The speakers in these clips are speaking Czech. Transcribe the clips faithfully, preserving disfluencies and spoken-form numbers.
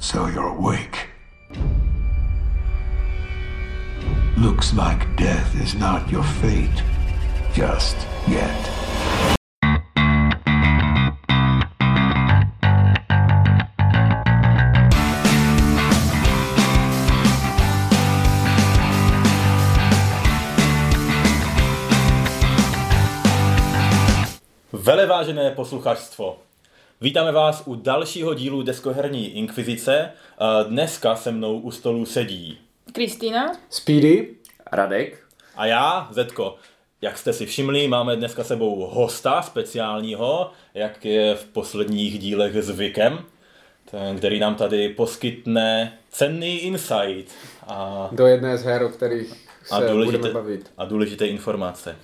So you're awake. Looks like death is not your fate. Just yet. Velevážené posluchačstvo, vítáme vás u dalšího dílu Deskoherní inkvizice. Dneska se mnou u stolu sedí Kristýna, Speedy, Radek a já, Zetko. Jak jste si všimli, máme dneska sebou hosta speciálního, jak je v posledních dílech zvykem, ten, který nám tady poskytne cenný insight a, do jedné z her, o kterých se a důležité, budeme bavit. A důležité informace.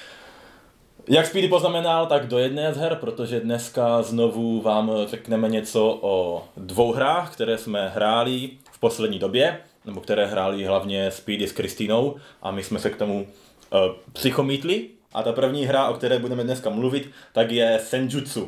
Jak Speedy poznamenal, tak do jedné z her, protože dneska znovu vám řekneme něco o dvou hrách, které jsme hráli v poslední době, nebo které hráli hlavně Speedy s Kristýnou a my jsme se k tomu uh, přichomítli. A ta první hra, o které budeme dneska mluvit, tak je Senjutsu.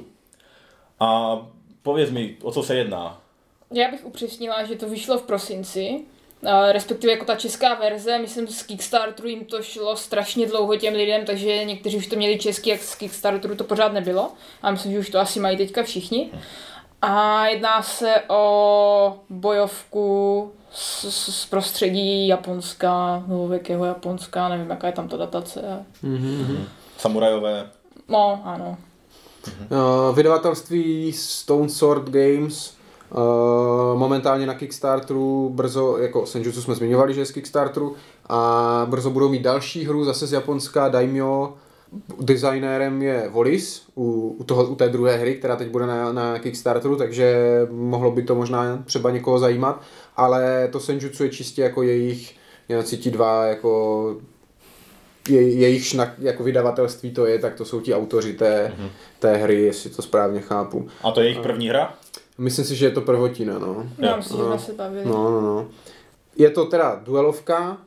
A pověz mi, o co se jedná? Já bych upřesnila, že to vyšlo v prosinci, respektive jako ta česká verze, myslím z Kickstarteru jim to šlo strašně dlouho těm lidem, takže někteří už to měli česky, jak z Kickstarteru to pořád nebylo. A myslím, že už to asi mají teďka všichni. A jedná se o bojovku z, z, z prostředí Japonska, novověkého Japonska, nevím, jaká je tam ta datace. Mm-hmm. Samurajové. No, ano. Mm-hmm. Uh, vydavatelství Stone Sword Games. Uh, momentálně na Kickstarteru brzo, jako Senjutsu jsme zmiňovali, že je z Kickstarteru, a brzo budou mít další hru zase z Japonska, Daimyo. Designérem je Wallis u, u, toho, u té druhé hry, která teď bude na, na Kickstarteru, takže mohlo by to možná třeba někoho zajímat, ale to Senjutsu je čistě jako jejich nějací ti dva jako je, jejich jako vydavatelství to je, tak to jsou ti autoři té, mm-hmm. té hry, jestli to správně chápu. A to je jejich první hra? Myslím si, že je to prvotina, no. Já myslím, že jsme se bavili. No, no, no. Je to teda duelovka,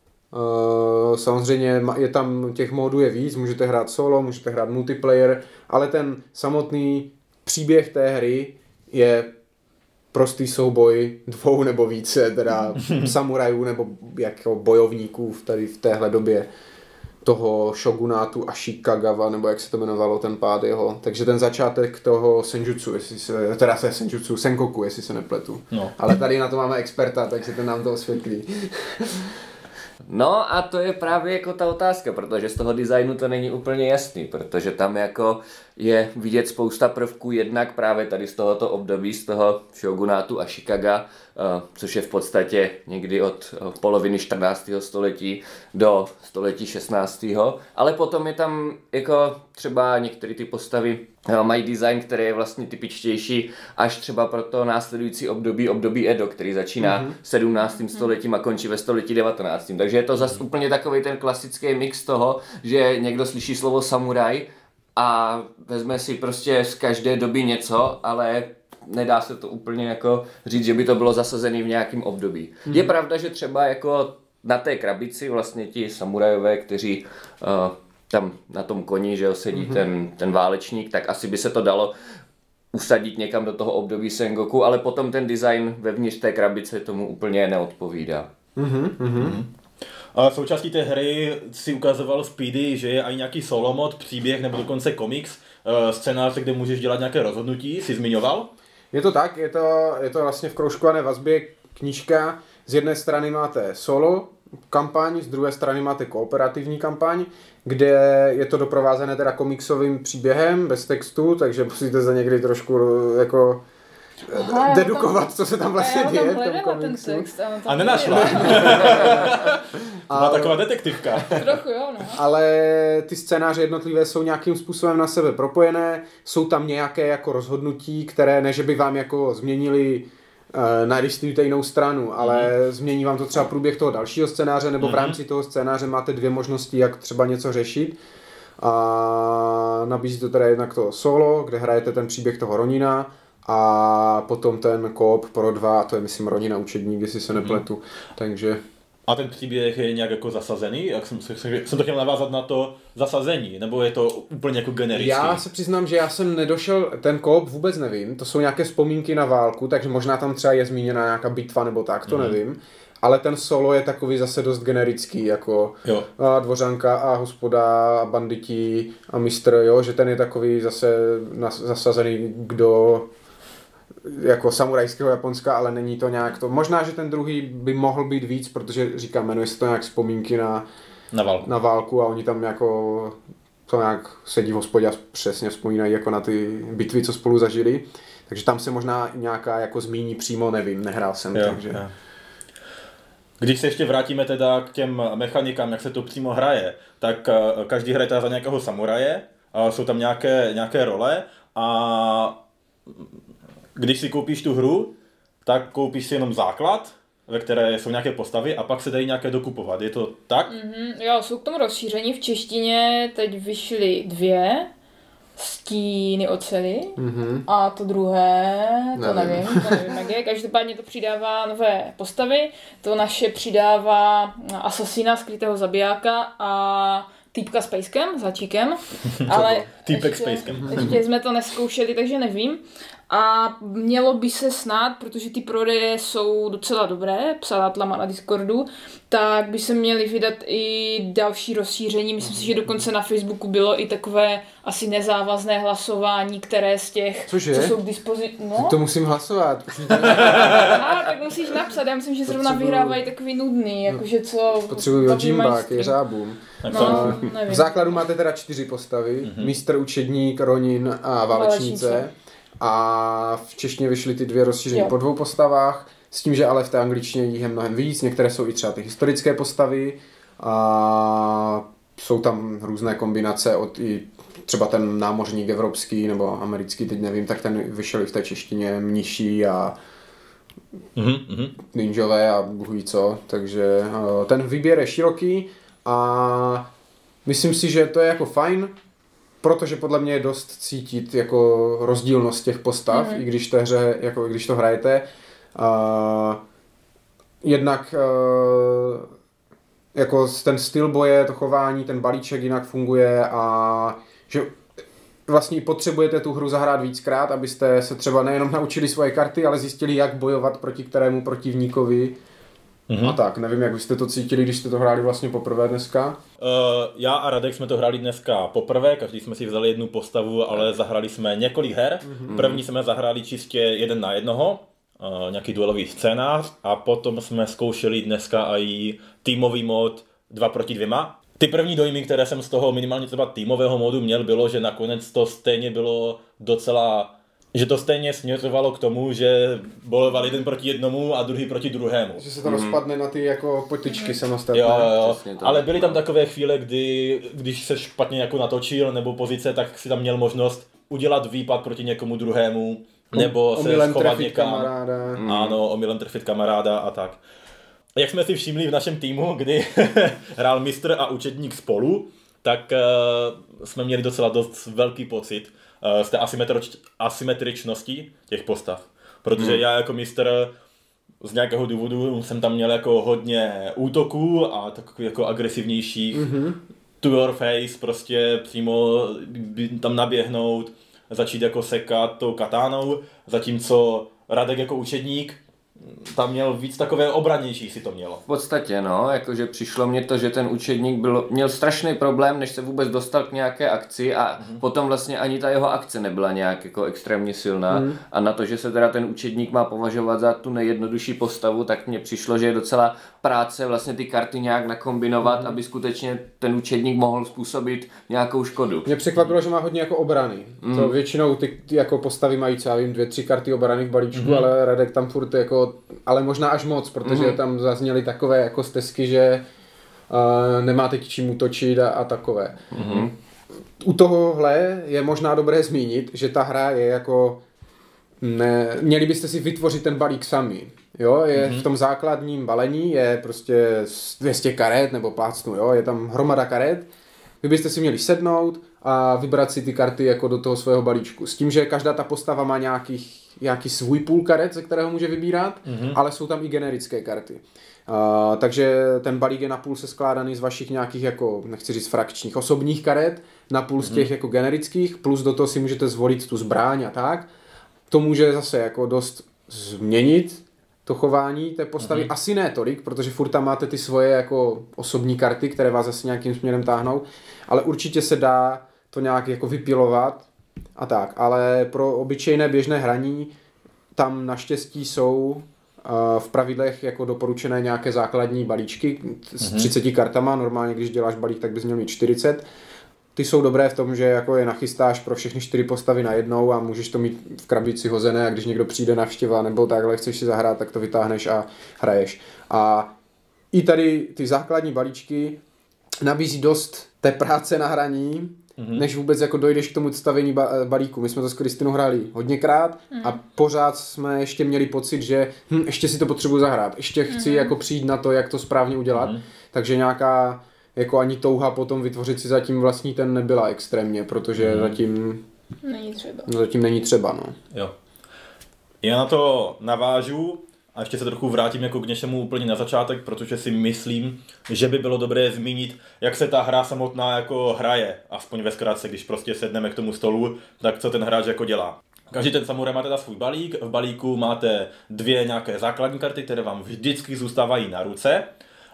uh, samozřejmě je tam, těch módů je víc, můžete hrát solo, můžete hrát multiplayer, ale ten samotný příběh té hry je prostý souboj dvou nebo více, teda samurajů nebo jako bojovníků tady v téhle době toho šogunátu Ashikagawa, nebo jak se to jmenovalo, ten pád jeho. Takže ten začátek toho Senjutsu, jestli se, teda se Senjutsu, Senkoku, jestli se nepletu. No. Ale tady na to máme experta, takže ten nám to osvětlí. No a to je právě jako ta otázka, protože z toho designu to není úplně jasný, protože tam jako je vidět spousta prvků, jednak právě tady z tohoto období, z toho shogunátu Ashikaga, což je v podstatě někdy od poloviny čtrnáctého století do století šestnáctého Ale potom je tam jako třeba některé ty postavy mají design, který je vlastně typičtější až třeba pro to následující období, období Edo, který začíná mm-hmm. sedmnáctým stoletím a končí ve století devatenáctém Takže je to zase úplně takový ten klasický mix toho, že někdo slyší slovo samuraj a vezme si prostě z každé doby něco, ale nedá se to úplně jako říct, že by to bylo zasazené v nějakém období. Mm-hmm. Je pravda, že třeba jako na té krabici vlastně ti samurajové, kteří uh, tam na tom koni, že jo, sedí mm-hmm. ten, ten válečník, tak asi by se to dalo usadit někam do toho období Sengoku, ale potom ten design vevnitř té krabice tomu úplně neodpovídá. Mm-hmm. Mm-hmm. A v součástí té hry si ukazoval Speedy, že je i nějaký solo mod, příběh nebo dokonce komiks, scénář, kde můžeš dělat nějaké rozhodnutí, jsi zmiňoval? Je to tak, je to, je to vlastně v kroužkované vazbě knížka. Z jedné strany máte solo kampaň, z druhé strany máte kooperativní kampaň, kde je to doprovázené teda komiksovým příběhem bez textu, takže musíte za někdy trošku jako Aha, dedukovat, tam, co se tam vlastně děje v tom komiksu. Ten text, a nenašla. Byla taková detektivka. Trochu jo, no. Ale ty scénáře jednotlivé jsou nějakým způsobem na sebe propojené, jsou tam nějaké jako rozhodnutí, které ne, že by vám jako změnili uh, nalistujte jinou stranu, ale mm. změní vám to třeba průběh toho dalšího scénáře, nebo v rámci toho scénáře máte dvě možnosti, jak třeba něco řešit. A nabízí to teda jednak to solo, kde hrajete ten příběh toho Ronina, a potom ten koop pro dva, to je myslím Ronina učedník, jestli se nepletu. Mm. Takže A ten příběh je nějak jako zasazený? Jak jsem, jsem to chtěl navázat na to zasazení, nebo je to úplně jako generický? Já se přiznám, že já jsem nedošel, ten koop vůbec nevím, to jsou nějaké vzpomínky na válku, takže možná tam třeba je zmíněna nějaká bitva nebo tak, to mm. nevím. Ale ten solo je takový zase dost generický, jako jo. A dvořanka a hospoda a banditi a mistr, jo, že ten je takový zase nas, zasazený kdo jako samurajského Japonska, ale není to nějak to. Možná, že ten druhý by mohl být víc, protože říkám, jmenuje se to nějak vzpomínky na, na, válku. na válku a oni tam jako to nějak sedí v hospodě a přesně vzpomínají jako na ty bitvy, co spolu zažili. Takže tam se možná nějaká jako zmíní přímo, nevím, nehrál jsem, jo, takže... Jo. Když se ještě vrátíme teda k těm mechanikám, jak se to přímo hraje, tak každý hraje teda za nějakého samuraje, jsou tam nějaké, nějaké role a když si koupíš tu hru, tak koupíš si jenom základ, ve které jsou nějaké postavy a pak se dají nějaké dokupovat. Je to tak? Mm-hmm, jo, jsou k tomu rozšíření. V češtině teď vyšly dvě. Stíny oceli mm-hmm. a to druhé, to nevím, nevím to nevím jak je. Každopádně to přidává nové postavy, to naše přidává asasína, skrytého zabijáka a týpka s pejskem, začíkem, ale týpek s pejskem. Ještě jsme to neskoušeli, takže nevím. A mělo by se snad, protože ty prodeje jsou docela dobré, psala Tlama na Discordu, tak by se měly vydat i další rozšíření. Myslím si, že dokonce na Facebooku bylo i takové asi nezávazné hlasování, které z těch, Cože? co jsou k dispozici. No? To musím hlasovat. Aha, tak musíš napsat, já myslím, že zrovna Potřebuji... vyhrávají takový nudný, jakože co... Potřebuji Yojimba, jeřábům. No, v základu máte teda čtyři postavy, mm-hmm. mistr, učedník, ronin a válečnice. válečnice. A v češtině vyšly ty dvě rozšíření jo. po dvou postavách, s tím, že ale v té angličtině jich je mnohem víc, některé jsou i třeba ty historické postavy a jsou tam různé kombinace od i třeba ten námořník evropský nebo americký, teď nevím, tak ten vyšel i v té češtině mniší a mm-hmm. ninjové a bůh ví co, takže ten výběr je široký a myslím si, že to je jako fajn, protože podle mě je dost cítit jako rozdílnost těch postav, mm-hmm. i když té hře, jako když to hrajete. Uh, jednak uh, jako ten styl boje, to chování, ten balíček jinak funguje a že vlastně potřebujete tu hru zahrát víckrát, abyste se třeba nejenom naučili svoje karty, ale zjistili, jak bojovat proti kterému protivníkovi. Mm-hmm. A tak, nevím, jak byste to cítili, když jste to hráli vlastně poprvé dneska? Uh, já a Radek jsme to hráli dneska poprvé, každý jsme si vzali jednu postavu, ale zahrali jsme několik her. Mm-hmm. První jsme zahráli čistě jeden na jednoho, uh, nějaký duelový scénář a potom jsme zkoušeli dneska i týmový mod dva proti dvěma. Ty první dojmy, které jsem z toho minimálně třeba týmového modu měl, bylo, že nakonec to stejně bylo docela... že to stejně směřovalo k tomu, že bojoval jeden proti jednomu a druhý proti druhému. Že se to mm. rozpadne na ty jako potyčky samostatné. Jo, jo, ale byly tam takové chvíle, kdy, když se špatně jako natočil nebo pozice, tak si tam měl možnost udělat výpad proti někomu druhému, nebo se schovat někam. Kamaráda. Ano, omylem trefit kamaráda a tak. Jak jsme si všimli v našem týmu, kdy hrál mistr a učedník spolu, tak uh, jsme měli docela dost velký pocit z té asymetrič, asymetričnosti těch postav. Protože hmm. já jako mistr z nějakého důvodu jsem tam měl jako hodně útoků a takový jako agresivnějších mm-hmm. to your face, prostě přímo tam naběhnout, začít jako sekat tou katánou, zatímco Radek jako učedník tam měl víc takové obranější, si to mělo. V podstatě no, jakože přišlo mně to, že ten učedník byl, měl strašný problém, než se vůbec dostal k nějaké akci a mm-hmm. potom vlastně ani ta jeho akce nebyla nějak jako extrémně silná mm. a na to, že se teda ten učedník má považovat za tu nejjednodušší postavu, tak mně přišlo, že je docela práce vlastně ty karty nějak nakombinovat, mm. aby skutečně ten učedník mohl způsobit nějakou škodu. Mě překvapilo, že má hodně jako obrany. Mm. To většinou ty, ty jako postavy mají, co já vím, dvě, tři karty obrany v balíčku, mm. ale Radek tam furt jako, ale možná až moc, protože mm. tam zazněly takové jako stesky, že uh, nemáte k čím útočit a, a takové. Mm. U tohohle je možná dobré zmínit, že ta hra je jako ne, měli byste si vytvořit ten balík sami. Jo, je mm-hmm. v tom základním balení je prostě dvě stě karet nebo plácnu, jo, je tam hromada karet. Vy byste si měli sednout a vybrat si ty karty jako do toho svého balíčku. S tím, že každá ta postava má nějaký, nějaký svůj půl karet, ze kterého může vybírat, mm-hmm. ale jsou tam i generické karty. Uh, takže ten balík je napůl se skládaný z vašich nějakých, jako, nechci říct frakčních, osobních karet, napůl mm-hmm. z těch jako generických, plus do toho si můžete zvolit tu zbraň a tak. To může zase jako dost změnit to chování té postavy. Mm-hmm. Asi ne tolik, protože furt tam máte ty svoje jako osobní karty, které vás zase nějakým směrem táhnou, ale určitě se dá to nějak jako vypilovat a tak. Ale pro obyčejné běžné hraní tam naštěstí jsou v pravidlech jako doporučené nějaké základní balíčky s třiceti kartama. Normálně, když děláš balík, tak bys měl mít čtyřicet. Ty jsou dobré v tom, že jako je nachystáš pro všechny čtyři postavy najednou a můžeš to mít v krabici hozené a když někdo přijde navštěva nebo takhle chceš si zahrát, tak to vytáhneš a hraješ. A i tady ty základní balíčky nabízí dost té práce na hraní, mm-hmm. než vůbec jako dojdeš k tomu stavení ba- balíku. My jsme to s Kristinou hráli hodněkrát mm. a pořád jsme ještě měli pocit, že hm, ještě si to potřebuji zahrát, ještě chci mm. jako přijít na to, jak to správně udělat. Mm. Takže nějaká jako ani touha potom vytvořit si zatím vlastní ten nebyla extrémně, protože mm. zatím není třeba. Zatím není třeba, no. Jo. Já na to navážu a ještě se trochu vrátím jako k něčemu úplně na začátek, protože si myslím, že by bylo dobré zmínit, jak se ta hra samotná jako hraje, aspoň ve zkratce, když prostě sedneme k tomu stolu, tak co ten hráč jako dělá. Každý ten samuraj má teda svůj balík, v balíku máte dvě nějaké základní karty, které vám vždycky zůstávají na ruce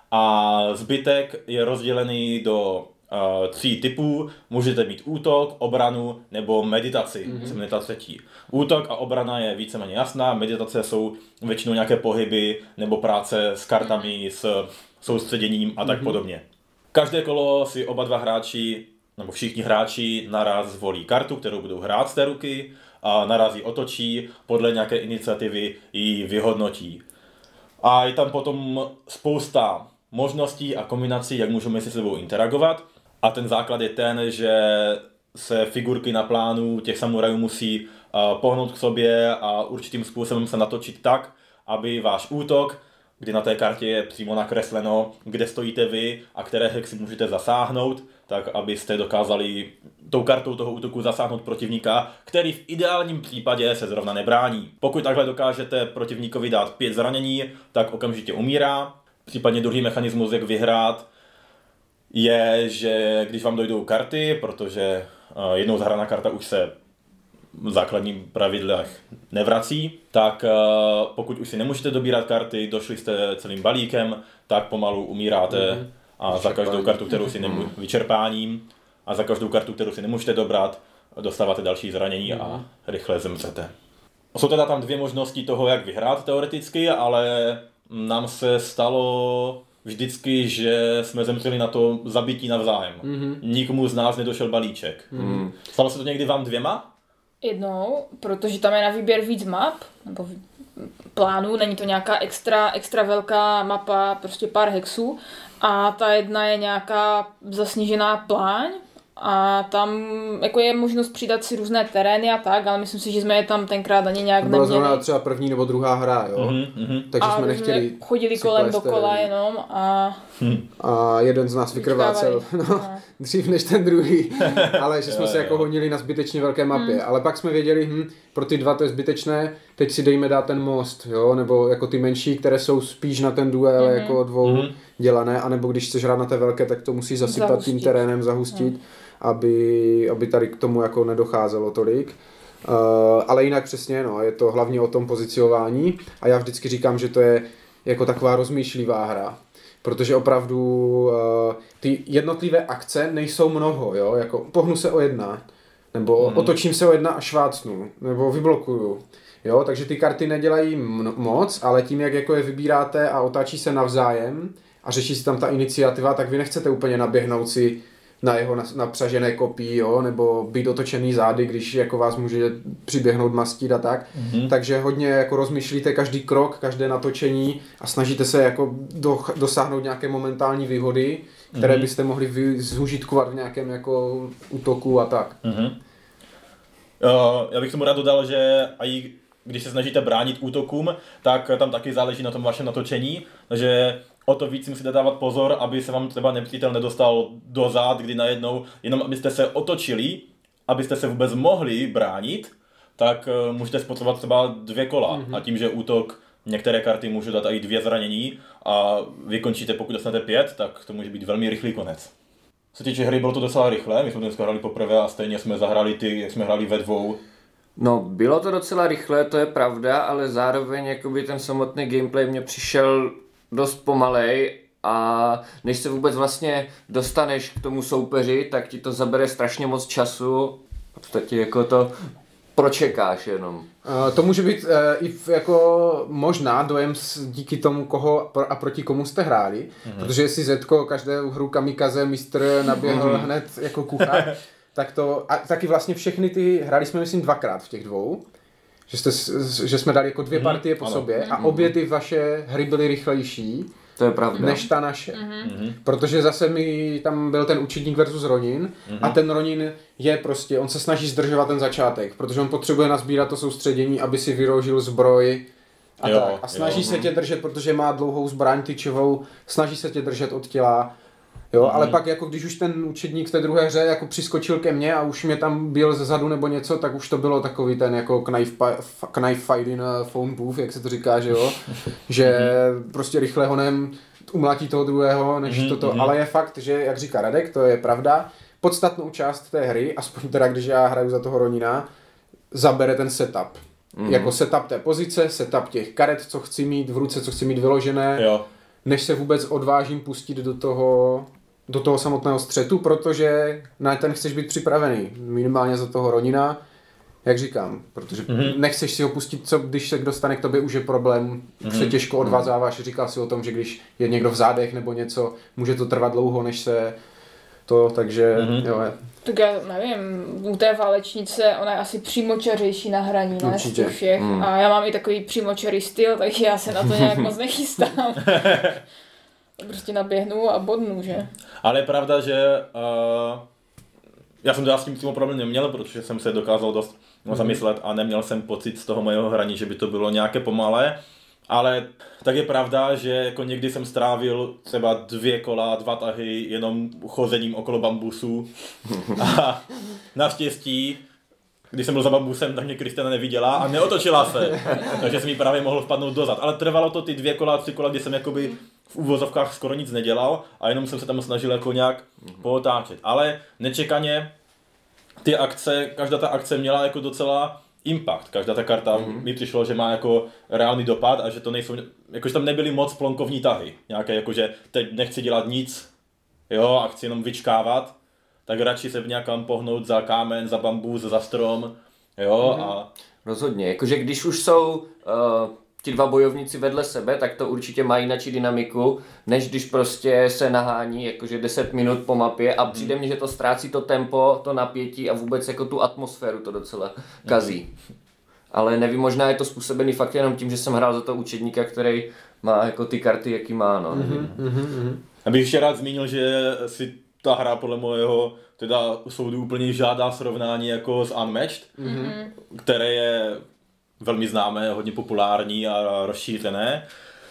a zbytek je rozdělený do Uh, tří typů, můžete mít útok, obranu nebo meditaci, mm-hmm. meditace třetí. Útok a obrana je víceméně jasná, meditace jsou většinou nějaké pohyby nebo práce s kartami, s soustředěním a tak mm-hmm. podobně. Každé kolo si oba dva hráči, nebo všichni hráči naraz zvolí kartu, kterou budou hrát z té ruky a naraz ji otočí, podle nějaké iniciativy ji vyhodnotí. A je tam potom spousta možností a kombinací, jak můžeme si s sebou interagovat. A ten základ je ten, že se figurky na plánu těch samurajů musí uh, pohnout k sobě a určitým způsobem se natočit tak, aby váš útok, kdy na té kartě je přímo nakresleno, kde stojíte vy a které hexy můžete zasáhnout, tak abyste dokázali tou kartou toho útoku zasáhnout protivníka, který v ideálním případě se zrovna nebrání. Pokud takhle dokážete protivníkovi dát pět zranění, tak okamžitě umírá. Případně druhý mechanismus, jak vyhrát, je, že když vám dojdou karty, protože jednou zahraná karta už se v základních pravidlech nevrací, tak pokud už si nemůžete dobírat karty, došli jste celým balíkem, tak pomalu umíráte mm-hmm. a za každou kartu, kterou si nemů- vyčerpáním a za každou kartu, kterou si nemůžete dobrat, dostáváte další zranění mm-hmm. a rychle zemřete. Jsou teda tam dvě možnosti toho, jak vyhrát teoreticky, ale nám se stalo vždycky, že jsme zemřeli na to zabití navzájem. Mm-hmm. Nikomu z nás nedošel balíček. Mm-hmm. Stalo se to někdy vám dvěma? Jednou, protože tam je na výběr víc map, nebo plánů, není to nějaká extra, extra velká mapa, prostě pár hexů. A ta jedna je nějaká zasněžená pláň, a tam jako je možnost přidat si různé terény a tak, ale myslím si, že jsme je tam tenkrát ani nějak neměli. Byla zrovna třeba první nebo druhá hra, jo? Mm-hmm. Takže a jsme nechtěli chodili kolem dokola jenom a... Hmm. A jeden z nás vykrvácel, no, dřív než ten druhý, ale že jsme se jako honili na zbytečně velké mapě, hmm. ale pak jsme věděli, hm, pro ty dva to je zbytečné, teď si dejme dát ten most, jo, nebo jako ty menší, které jsou spíš na ten duel hmm. jako dvou hmm. dělané, anebo když chceš hrát na té velké, tak to musí zasypat zahustit. Tím terénem, zahustit. Hmm. Aby, aby tady k tomu jako nedocházelo tolik. Uh, ale jinak přesně, no, je to hlavně o tom pozicionování a já vždycky říkám, že to je jako taková rozmýšlivá hra. Protože opravdu uh, ty jednotlivé akce nejsou mnoho, jo, jako pohnu se o jedna, nebo mm. otočím se o jedna a švácnu, nebo vyblokuju. Jo, takže ty karty nedělají m- moc, ale tím, jak jako je vybíráte a otáčí se navzájem a řeší si tam ta iniciativa, tak vy nechcete úplně naběhnout si na jeho napřažené kopí, jo, nebo být otočený zády, když jako vás může přiběhnout mastit a tak. Mm-hmm. Takže hodně jako rozmýšlíte každý krok, každé natočení a snažíte se jako do, dosáhnout nějaké momentální výhody, které mm-hmm. byste mohli zúžitkovat v nějakém jako útoku a tak. Mm-hmm. Uh, já bych tomu rád dodal, že i když se snažíte bránit útokům, tak tam taky záleží na tom vašem natočení, že o to víc musíte dávat pozor, aby se vám třeba nepřítel nedostal do zád, kdy najednou, jenom abyste se otočili, abyste se vůbec mohli bránit, tak uh, můžete spotřebovat třeba dvě kola. Mm-hmm. A tím, že útok, některé karty můžou dát i dvě zranění a vykončíte, pokud dostanete pět, tak to může být velmi rychlý konec. Co týče hry, bylo to docela rychle, my jsme dneska hráli poprvé a stejně jsme zahrali ty, jak jsme hráli ve dvou. No, bylo to docela rychlé, to je pravda, ale zároveň jakoby ten samotný gameplay mě přišel dost pomalej a než se vůbec vlastně dostaneš k tomu soupeři, tak ti to zabere strašně moc času, v podstatě jako to pročekáš jenom. Uh, to může být uh, i v, jako možná dojem s, díky tomu, koho pro, a proti komu jste hráli, mm-hmm. protože jestli Zetko každou hru Kamikaze mistr naběhl mm-hmm. hned jako kuchař, tak to, a taky vlastně všechny ty, hráli jsme myslím dvakrát v těch dvou, že, jste, že jsme dali jako dvě partie po ano. sobě a obě ty vaše hry byly rychlejší. To je pravda. Než ta naše. Mm-hmm. Protože zase mi tam byl ten učedník versus Ronin mm-hmm. a ten Ronin je prostě, on se snaží zdržovat ten začátek, protože on potřebuje nazbírat to soustředění, aby si vyrožil zbroj a jo, tak. A snaží jo. se tě držet, protože má dlouhou zbraň tyčovou, snaží se tě držet od těla. Jo, mm-hmm. ale pak jako když už ten učedník v té druhé hře jako přiskočil ke mně a už mě tam byl zezadu nebo něco, tak už to bylo takový ten jako knife, knife fight in a phone booth, jak se to říká, že jo, že mm-hmm. prostě rychle honem umlátí toho druhého, než mm-hmm. toto, ale je fakt, že jak říká Radek, to je pravda, podstatnou část té hry, aspoň teda když já hraju za toho Ronina, zabere ten setup. Mm-hmm. Jako setup té pozice, setup těch karet, co chci mít v ruce, co chci mít vyložené, jo. než se vůbec odvážím pustit do toho do toho samotného střetu, protože na ten chceš být připravený, minimálně za toho Ronina, jak říkám, protože mm-hmm. nechceš si ho pustit, co když se dostane k tobě, už je problém, už mm-hmm. se těžko odvazáváš, říkal si o tom, že když je někdo v zádech nebo něco, může to trvat dlouho, než se to, takže mm-hmm. jo. Je. Tak já nevím, u té válečnice ona je asi přímočařejší na hraní, ne, z těch všech. Mm. A já mám i takový přímočarý styl, takže já se na to nějak moc nechystám. Prostě naběhnu a bodnu, že? Ale je pravda, že uh, já jsem teda s tím tím problém neměl, protože jsem se dokázal dost mm. zamyslet a neměl jsem pocit z toho mého hraní, že by to bylo nějaké pomalé. Ale tak je pravda, že jako někdy jsem strávil třeba dvě kola, dva tahy jenom chozením okolo bambusů. A naštěstí, když jsem byl za bambusem, tak mě Kristina neviděla a neotočila se. Takže jsem jí právě mohl vpadnout dozad. Ale trvalo to ty dvě kola, tři kola, kdy jsem jakoby v uvozovkách skoro nic nedělal a jenom jsem se tam snažil jako nějak pootáčet. Ale nečekaně ty akce, každá ta akce měla jako docela impact. Každá ta karta mm-hmm. mi přišlo, že má jako reálný dopad a že to nejsou, jakože tam nebyly moc plonkovní tahy. Nějaké jako, že teď nechci dělat nic, jo, a chci jenom vyčkávat, tak radši se nějakam pohnout za kámen, za bambus, za strom, jo, mm-hmm. a... Rozhodně, jakože když už jsou uh, ti dva bojovníci vedle sebe, tak to určitě má jináčí dynamiku, než když prostě se nahání jakože deset minut po mapě a přijde mi, že to ztrácí to tempo, to napětí a vůbec jako tu atmosféru to docela kazí. Ale nevím, možná je to způsobený fakt jenom tím, že jsem hrál za toho učedníka, který má jako ty karty, jaký má, no. Mm-hmm, mm-hmm. Abych ještě rád zmínil, že si ta hra podle mojeho teda soudu úplně žádá srovnání jako s Unmatched, mm-hmm. které je velmi známé, hodně populární a rozšířené.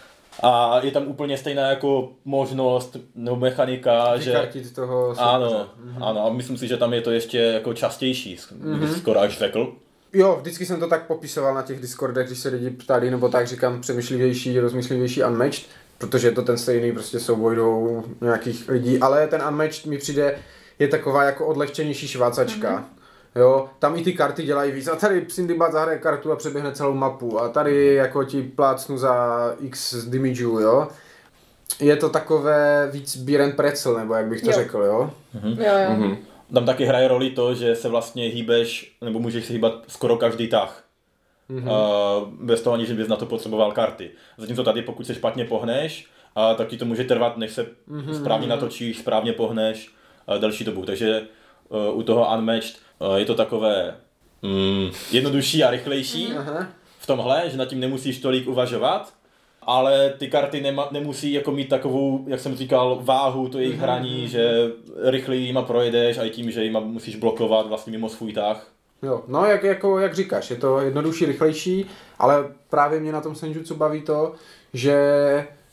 A je tam úplně stejná jako možnost nebo mechanika, že... toho ano, mm-hmm. ano, a myslím si, že tam je to ještě jako častější, mm-hmm. skoro až řekl. Jo, vždycky jsem to tak popisoval na těch Discordech, když se lidi ptali, nebo tak říkám přemýšlivější, rozmyšlivější Unmatched, protože je to ten stejný prostě souboj dvou nějakých lidí, ale ten Unmatched mi přijde, je taková jako odlehčenější švácačka. Mm-hmm. Jo, tam i ty karty dělají víc. A tady Syndibat zahraje kartu a přeběhne celou mapu. A tady jako ti plácnu za x damageu, jo. Je to takové víc beer and pretzel, nebo jak bych to jo. řekl, jo. Mhm. Jo, jo. Mhm. Tam taky hraje roli to, že se vlastně hýbeš, nebo můžeš se hýbat skoro každý tah. Mm-hmm. Uh, bez toho, aniž bys na to potřeboval karty. Zatímco tady, pokud se špatně pohneš, uh, tak ti to může trvat, než se mm-hmm. správně natočíš, správně pohneš uh, delší dobu. Takže uh, u toho Unmatched uh, je to takové mm, jednodušší a rychlejší mm-hmm. v tomhle, že nad tím nemusíš tolik uvažovat, ale ty karty nema, nemusí jako mít takovou, jak jsem říkal, váhu to jejich mm-hmm. hraní, že rychleji jima projedeš a i tím, že jima musíš blokovat vlastně mimo svůj tah. Jo, no jak, jako, jak říkáš, je to jednodušší, rychlejší, ale právě mě na tom senjutsu baví to, že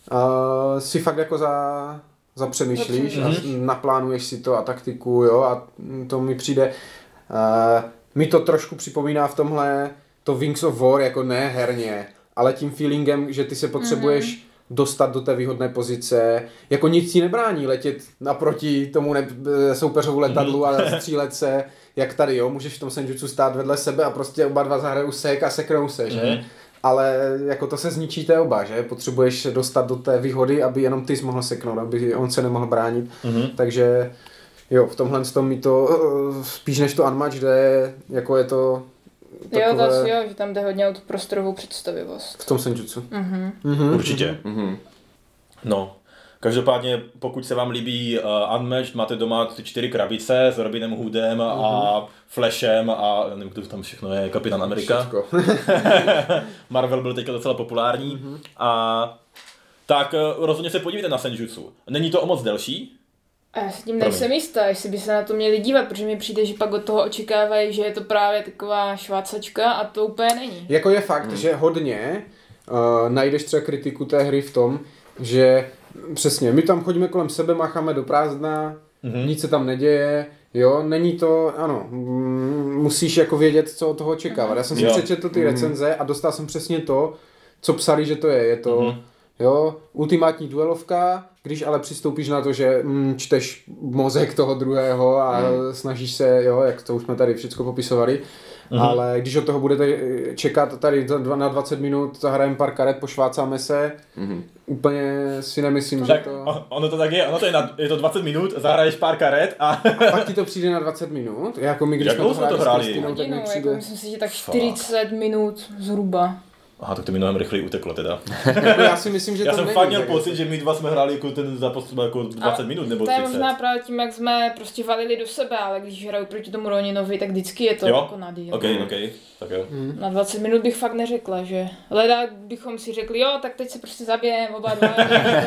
uh, si fakt jako za, zapřemýšlíš a naplánuješ si to a taktiku, jo, a to mi přijde, uh, mi to trošku připomíná v tomhle to Wings of War, jako ne herně, ale tím feelingem, že ty se potřebuješ mm-hmm. dostat do té výhodné pozice, jako nic ti nebrání letět naproti tomu ne- soupeřovu letadlu mm-hmm. a střílet se, jak tady, jo, můžeš v tom senjutsu stát vedle sebe a prostě oba dva zahrajou sek a seknou se, že? Mm-hmm. Ale jako to se zničíte oba, že? Potřebuješ se dostat do té výhody, aby jenom ty jsi mohl seknout, aby on se nemohl bránit, mm-hmm. takže jo, v tomhle tom mi to spíš než to Unmatch jde, jako je to takové... Jo, to asi jo, že tam jde hodně o tu prostorovou představivost. V tom senjutsu. Mhm. Mm-hmm. Určitě. Mm-hmm. No, každopádně, pokud se vám líbí uh, Unmatched, máte doma ty čtyři krabice s Robinem Hoodem mm-hmm. a Flashem a nevím, kdo tam všechno je, Kapitán Amerika. Marvel byl teďka docela populární. Mm-hmm. A tak uh, rozhodně se podívejte na senjutsu. Není to o moc delší? A já s tím nejsem jistá, jestli by se na to měli dívat, protože mi přijde, že pak od toho očekávají, že je to právě taková švácačka a to úplně není. Jako je fakt, mm. že hodně uh, najdeš třeba kritiku té hry v tom, že přesně, my tam chodíme kolem sebe, macháme do prázdna, mm-hmm. nic se tam neděje, jo, není to, ano, mm, musíš jako vědět, co od toho očekávat. Já jsem si jo. přečetl ty mm-hmm. recenze a dostal jsem přesně to, co psali, že to je, je to, mm-hmm. jo, ultimátní duelovka, když ale přistoupíš na to, že mm, čteš mozek toho druhého a mm. snažíš se, jo, jak to už jsme tady všechno popisovali, mm. ale když od toho budete čekat tady na dvacet minut, zahrajeme pár karet, pošvácáme se, mm. úplně si nemyslím, tak, že to... Ono to tak je, ono to je, na, je to dvacet minut, zahraješ pár karet a... a pak ti to přijde na dvacet minut, jako my když jak jsme to hráli, to hráli? s Kristinou, tak mi přijde... Jako myslím si, že tak čtyřicet minut zhruba. Aha, tak to mi mnohem rychleji uteklo teda. Jako já si myslím, že já to jsem není, fakt měl tak pocit, že my dva jsme hráli jako ten zápas jako dvacet minut nebo třicet. To je možná právě tím, jak jsme prostě valili do sebe, ale když hraju proti tomu Roninovi, tak vždycky je to jo? jako na díl. Ok, ok, tak jo. Hmm. Na dvacet minut bych fakt neřekla, že leda bychom si řekli, jo, tak teď se prostě zabijeme oba dva.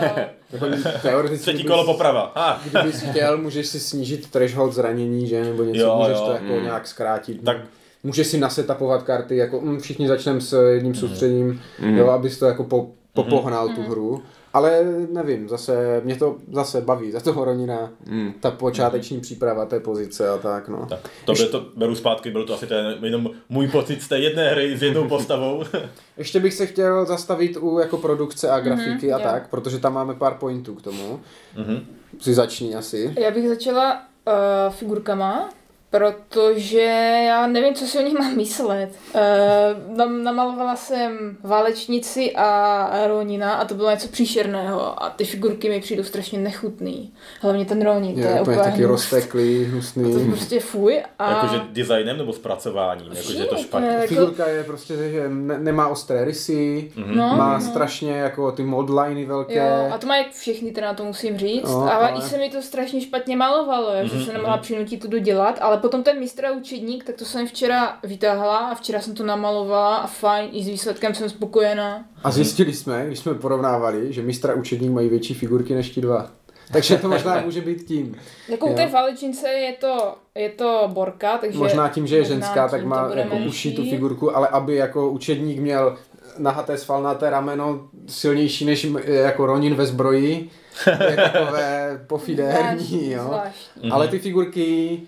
Teoreticky třetí kolo poprava. Ah. Kdybys chtěl, můžeš si snížit threshold zranění, že, nebo něco, jo, můžeš jo. to jako mm. nějak zkrátit. Tak můžeš si nasetapovat karty, jako mm, všichni začneme s jedním soustředím, mm. jo, abys to jako po, popohnal mm. tu hru. Ale nevím, zase mě to zase baví, za toho Ronina, mm. ta počáteční mm. příprava té pozice a tak, no. Tak, to, Ještě... to beru zpátky, byl to asi ten, jenom můj pocit z té jedné hry s jednou postavou. Ještě bych se chtěl zastavit u jako produkce a grafiky mm-hmm, a jo. tak, protože tam máme pár pointů k tomu. Mm-hmm. Si začni asi. Já bych začala uh, figurkama. Protože já nevím, co si o nich mám myslet. Uh, namalovala jsem válečnici a Ronina a to bylo něco příšerného a ty figurky mi přijdou strašně nechutný. Hlavně ten Ronin, je, to je úplně taky hnus. rozteklý, hnusný. To je prostě fuj. A... Jakože designem nebo zpracováním, jakože to špatně. jako... Figurka je prostě, že ne, nemá ostré rysy, mm-hmm. no, má no. strašně jako ty modliny velké. Jo, a to mají všechny, teda to musím říct, no, ale, ale i se mi to strašně špatně malovalo, mm-hmm. že se nemohla přinutit to dodělat, ale potom ten mistr a učedník, tak to jsem včera vytáhla a včera jsem to namalovala a fajn, i s výsledkem jsem spokojená. A zjistili jsme, když jsme porovnávali, že mistr a učedník mají větší figurky než ti dva. Takže to možná může být tím. Jako u té válečnice je to, je to borka, takže... Možná tím, že je ženská, tak má jako menší. uší tu figurku, ale aby jako učedník měl nahaté svalnaté rameno silnější než jako Ronin ve zbroji, je takové pofidérní, jo. Zvláštní. Ale ty figurky...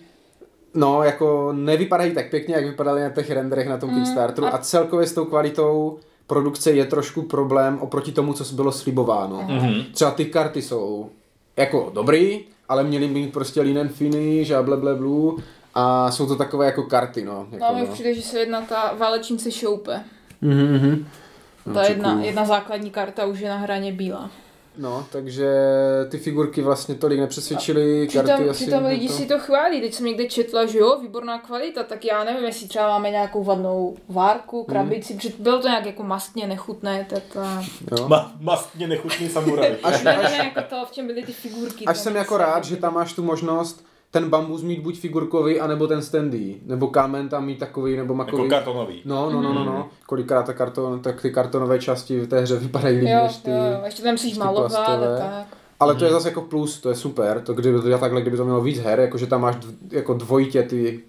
No, jako nevypadají tak pěkně, jak vypadaly na těch renderech na tom mm, Kickstarteru a... a celkově s tou kvalitou produkce je trošku problém oproti tomu, co bylo slibováno. Mm-hmm. Třeba ty karty jsou jako dobrý, ale měly mít prostě linen finish a blablabla a jsou to takové jako karty, no. Jako, no, mi no. přijde, že se jedna ta válečnice šoupe. Mm-hmm. Ta jedna, jedna základní karta už je na hraně bílá. No, takže ty figurky vlastně tolik nepřesvědčily, přitom, karty asi... Přitom lidi to... si to chválí, teď jsem někde četla, že jo, výborná kvalita, tak já nevím, jestli třeba máme nějakou vadnou várku, krabici, hmm. bylo to nějak jako mastně nechutné, tak a... Ma, mastně nechutný samuraj. Až, ne, ne, jako to, v čem byly ty figurky. Až jsem jako rád, že tam máš tu možnost ten bambus mít buď figurkový, anebo ten standy, nebo kámen tam mít takový, nebo makový. Jako kartonový. No, no, no, no, no. Kolikrát ta karton, tak ty kartonové části v té hře vypadají líp než ty. Jo, ještě tam musíš malovat a tak. Ale to je zase jako plus, to je super, to kdyby to takhle, kdyby to mělo víc her, jakože tam máš dv, jako dvojitě ty,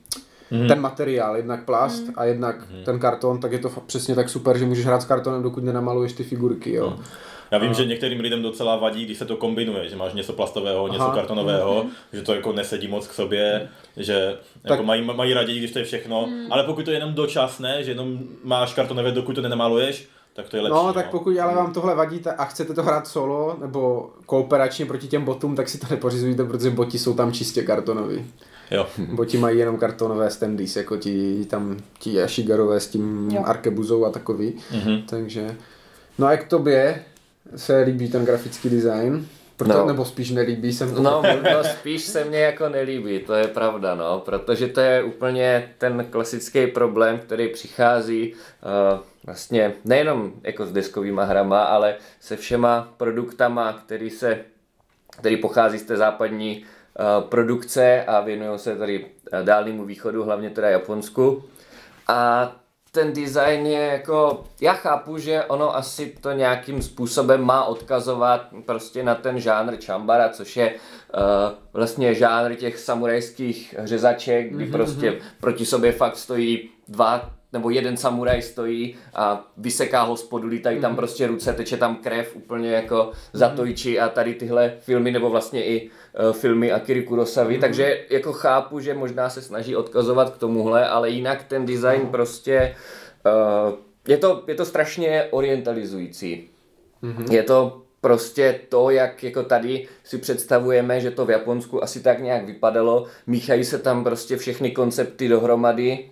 mm. ten materiál, jednak plast mm. a jednak mm. ten karton, tak je to fakt přesně tak super, že můžeš hrát s kartonem, dokud nenamaluješ ty figurky, jo. Mm. Já vím, a... že některým lidem docela vadí, když se to kombinuje, že máš něco plastového, něco Aha. kartonového, mm. že to jako nesedí moc k sobě, mm. že tak... jako mají, mají raději, když to je všechno, mm. ale pokud to je jenom dočasné, že jenom máš kartonové, dokud to nenamaluješ, tak to je lepší. No, tak no. pokud ale vám tohle vadí a chcete to hrát solo, nebo kooperačně proti těm botům, tak si to nepořizujte, protože boti jsou tam čistě kartonoví. Jo. Boti mají jenom kartonové standees, jako ti tam ti Ashigarové s tím jo. Arkebuzou a takový. Mm-hmm. Takže, no a jak tobě se líbí ten grafický design? Proto, no. Nebo spíš nelíbí se mnou? No, no, spíš se mně jako nelíbí, to je pravda, no, protože to je úplně ten klasický problém, který přichází uh, vlastně nejenom jako s deskovýma hrama, ale se všema produktama, který, se, který pochází z té západní uh, produkce a věnují se tady dálnému východu, hlavně teda Japonsku. A ten design je jako, já chápu, že ono asi to nějakým způsobem má odkazovat prostě na ten žánr chambara, což je uh, vlastně žánr těch samurajských řezaček, kdy mm-hmm. prostě proti sobě fakt stojí dva nebo jeden samuraj stojí a vyseká ho spodu, lítají mm-hmm. tam prostě ruce, teče tam krev úplně jako za Toichi a tady tyhle filmy, nebo vlastně i uh, filmy Akiry Kurosavy, mm-hmm. takže jako chápu, že možná se snaží odkazovat k tomuhle, ale jinak ten design prostě uh, je to, je to strašně orientalizující. Mm-hmm. Je to prostě to, jak jako tady si představujeme, že to v Japonsku asi tak nějak vypadalo, míchají se tam prostě všechny koncepty dohromady.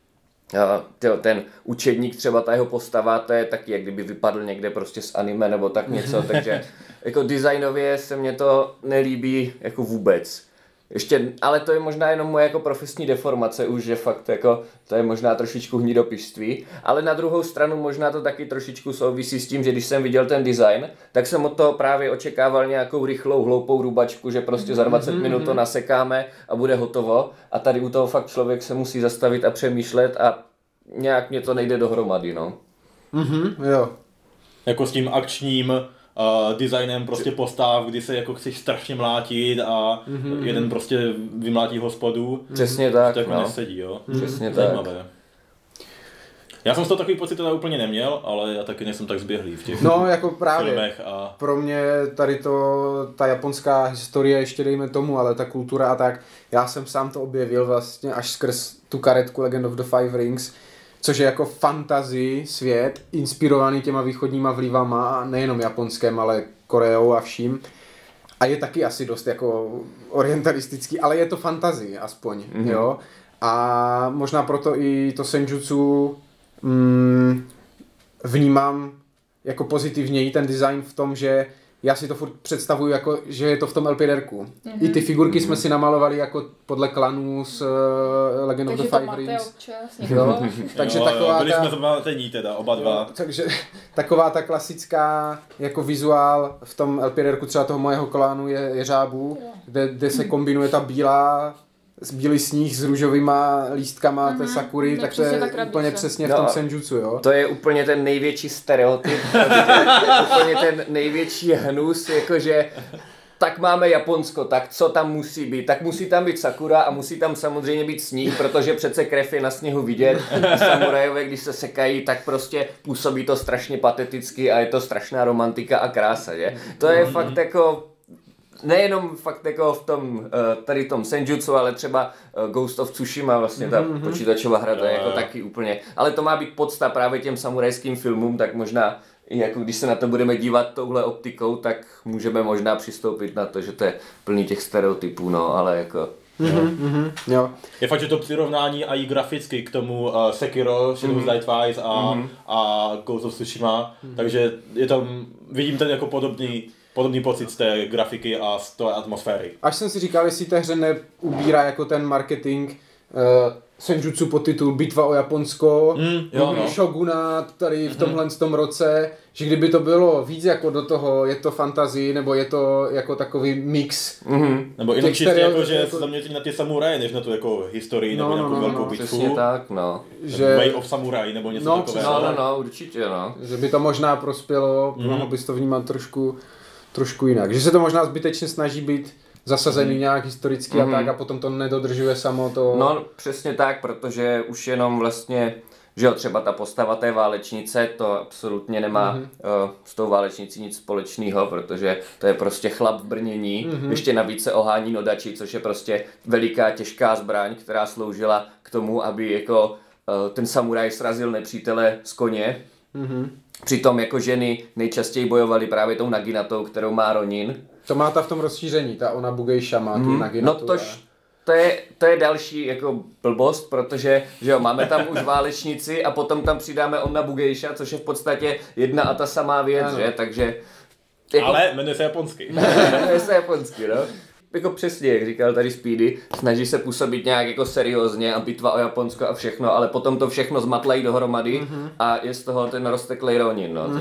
Ten učedník, třeba ta jeho postava, to je taky, jak kdyby vypadl někde prostě z anime nebo tak něco, takže jako designově se mně to nelíbí jako vůbec. Ještě, ale to je možná jenom moje jako profesní deformace už, že fakt jako to je možná trošičku hnidopištství, ale na druhou stranu možná to taky trošičku souvisí s tím, že když jsem viděl ten design, tak jsem od toho právě očekával nějakou rychlou, hloupou rubačku, že prostě za dvacet minut to nasekáme a bude hotovo a tady u toho fakt člověk se musí zastavit a přemýšlet a nějak mě to nejde dohromady, no. Mhm, jo. Jako s tím akčním Uh, designem prostě postav, kdy se jako chceš strašně mlátit a mm-hmm. jeden prostě vymlátí hospodu. Přesně tak, to jako no. nesedí, jo. Přesně mm-hmm. Zajímavé. Tak. Já jsem z toho takový pocit teda úplně neměl, ale já taky nejsem tak zběhlý v těch no, jako právě filmech. A... Pro mě tady to, ta japonská historie ještě dejme tomu, ale ta kultura a tak, já jsem sám to objevil vlastně až skrz tu karetku Legend of the Five Rings, což je jako fantasy svět, inspirovaný těma východníma vlivama, nejenom japonském, ale Koreou a vším. A je taky asi dost jako orientalistický, ale je to fantasy aspoň, mm-hmm. jo. A možná proto i to senjutsu mm, vnímám jako pozitivněji ten design v tom, že já si to furt představuju jako, že je to v tom LPDRku. Mm-hmm. I ty figurky mm-hmm. jsme si namalovali jako podle klanů z uh, Legend of the Five Rings. Jo? Takže jo, taková byli ta... jsme zmatení teda, oba dva. Jo, takže taková ta klasická jako vizuál v tom LPDRku třeba toho mojeho klanu je jeřábů, kde, kde se kombinuje ta bílá s bílý sníh s růžovýma lístkama mm-hmm. té sakury, no, tak to je tak úplně přesně no, v tom senjutsu, jo. To je úplně ten největší stereotyp, úplně ten největší hnus, jakože tak máme Japonsko, tak co tam musí být? Tak musí tam být sakura a musí tam samozřejmě být sníh, protože přece krev je na sněhu vidět. Samurajové, když se sekají, tak prostě působí to strašně pateticky a je to strašná romantika a krása, že? To je mm-hmm. fakt jako nejenom fakt jako v tom, tady tom senjutsu, ale třeba Ghost of Tsushima, vlastně ta mm-hmm. počítačová hra, to je jako taky úplně, ale to má být podsta právě těm samurajským filmům, tak možná i jako když se na to budeme dívat touhle optikou, tak můžeme možná přistoupit na to, že to je plný těch stereotypů, no, ale jako... Mm-hmm, mm-hmm, jo. Je fakt, že to přirovnání a i graficky k tomu uh, Sekiro, Shadows mm-hmm. Die Twice a, mm-hmm. a Ghost of Tsushima, mm-hmm. takže je tam, vidím ten jako podobný Podobný pocit z té grafiky a z té atmosféry. Až jsem si říkal, jestli ta hře neubírá jako ten marketing uh, senjutsu podtitul Bitva o Japonsko, mm, jo, no. Shogunát tady v tomhle mm-hmm. tom roce, že kdyby to bylo víc jako do toho, je to fantasy, nebo je to jako takový mix. Mm-hmm. Nebo jenom čistě jako, že jako... se zaměření na ty samuraje, než na tu jako historii, no, nebo nějakou no, velkou no, bitvu. Přesně tak, no. Že... Way of Samurai, nebo něco no, takového. No, no, no, určitě, no. Že by to možná prospělo, mm-hmm. mohl bys to vnímat trošku trošku jinak. Že se to možná zbytečně snaží být zasazený mm. nějak historicky mm. a tak a potom to nedodržuje samo to... No přesně tak, protože už jenom vlastně, že jo, třeba ta postava té válečnice, to absolutně nemá mm. uh, s tou válečnicí nic společného, protože to je prostě chlap v brnění, mm. ještě navíc se ohání nodači, což je prostě veliká těžká zbraň, která sloužila k tomu, aby jako uh, ten samuraj srazil nepřítele z koně. Mm. Přitom jako ženy nejčastěji bojovaly právě tou naginatou, kterou má Ronin. To má ta v tom rozšíření, ta ona Bugejša má tu mm. naginatu. No tož, a... to, je, to je další jako blbost, protože že jo, máme tam už válečnici a potom tam přidáme ona Bugejša, což je v podstatě jedna a ta samá věc, ano. Že? Takže... Jako... Ale jmenuje se japonsky. Jmenuje se japonsky, no. Jako přesně, jak říkal tady Speedy, snaží se působit nějak jako seriózně a bitva o Japonsko a všechno, ale potom to všechno zmatlají dohromady mm-hmm. a je z toho ten rozteklej Ronin, no.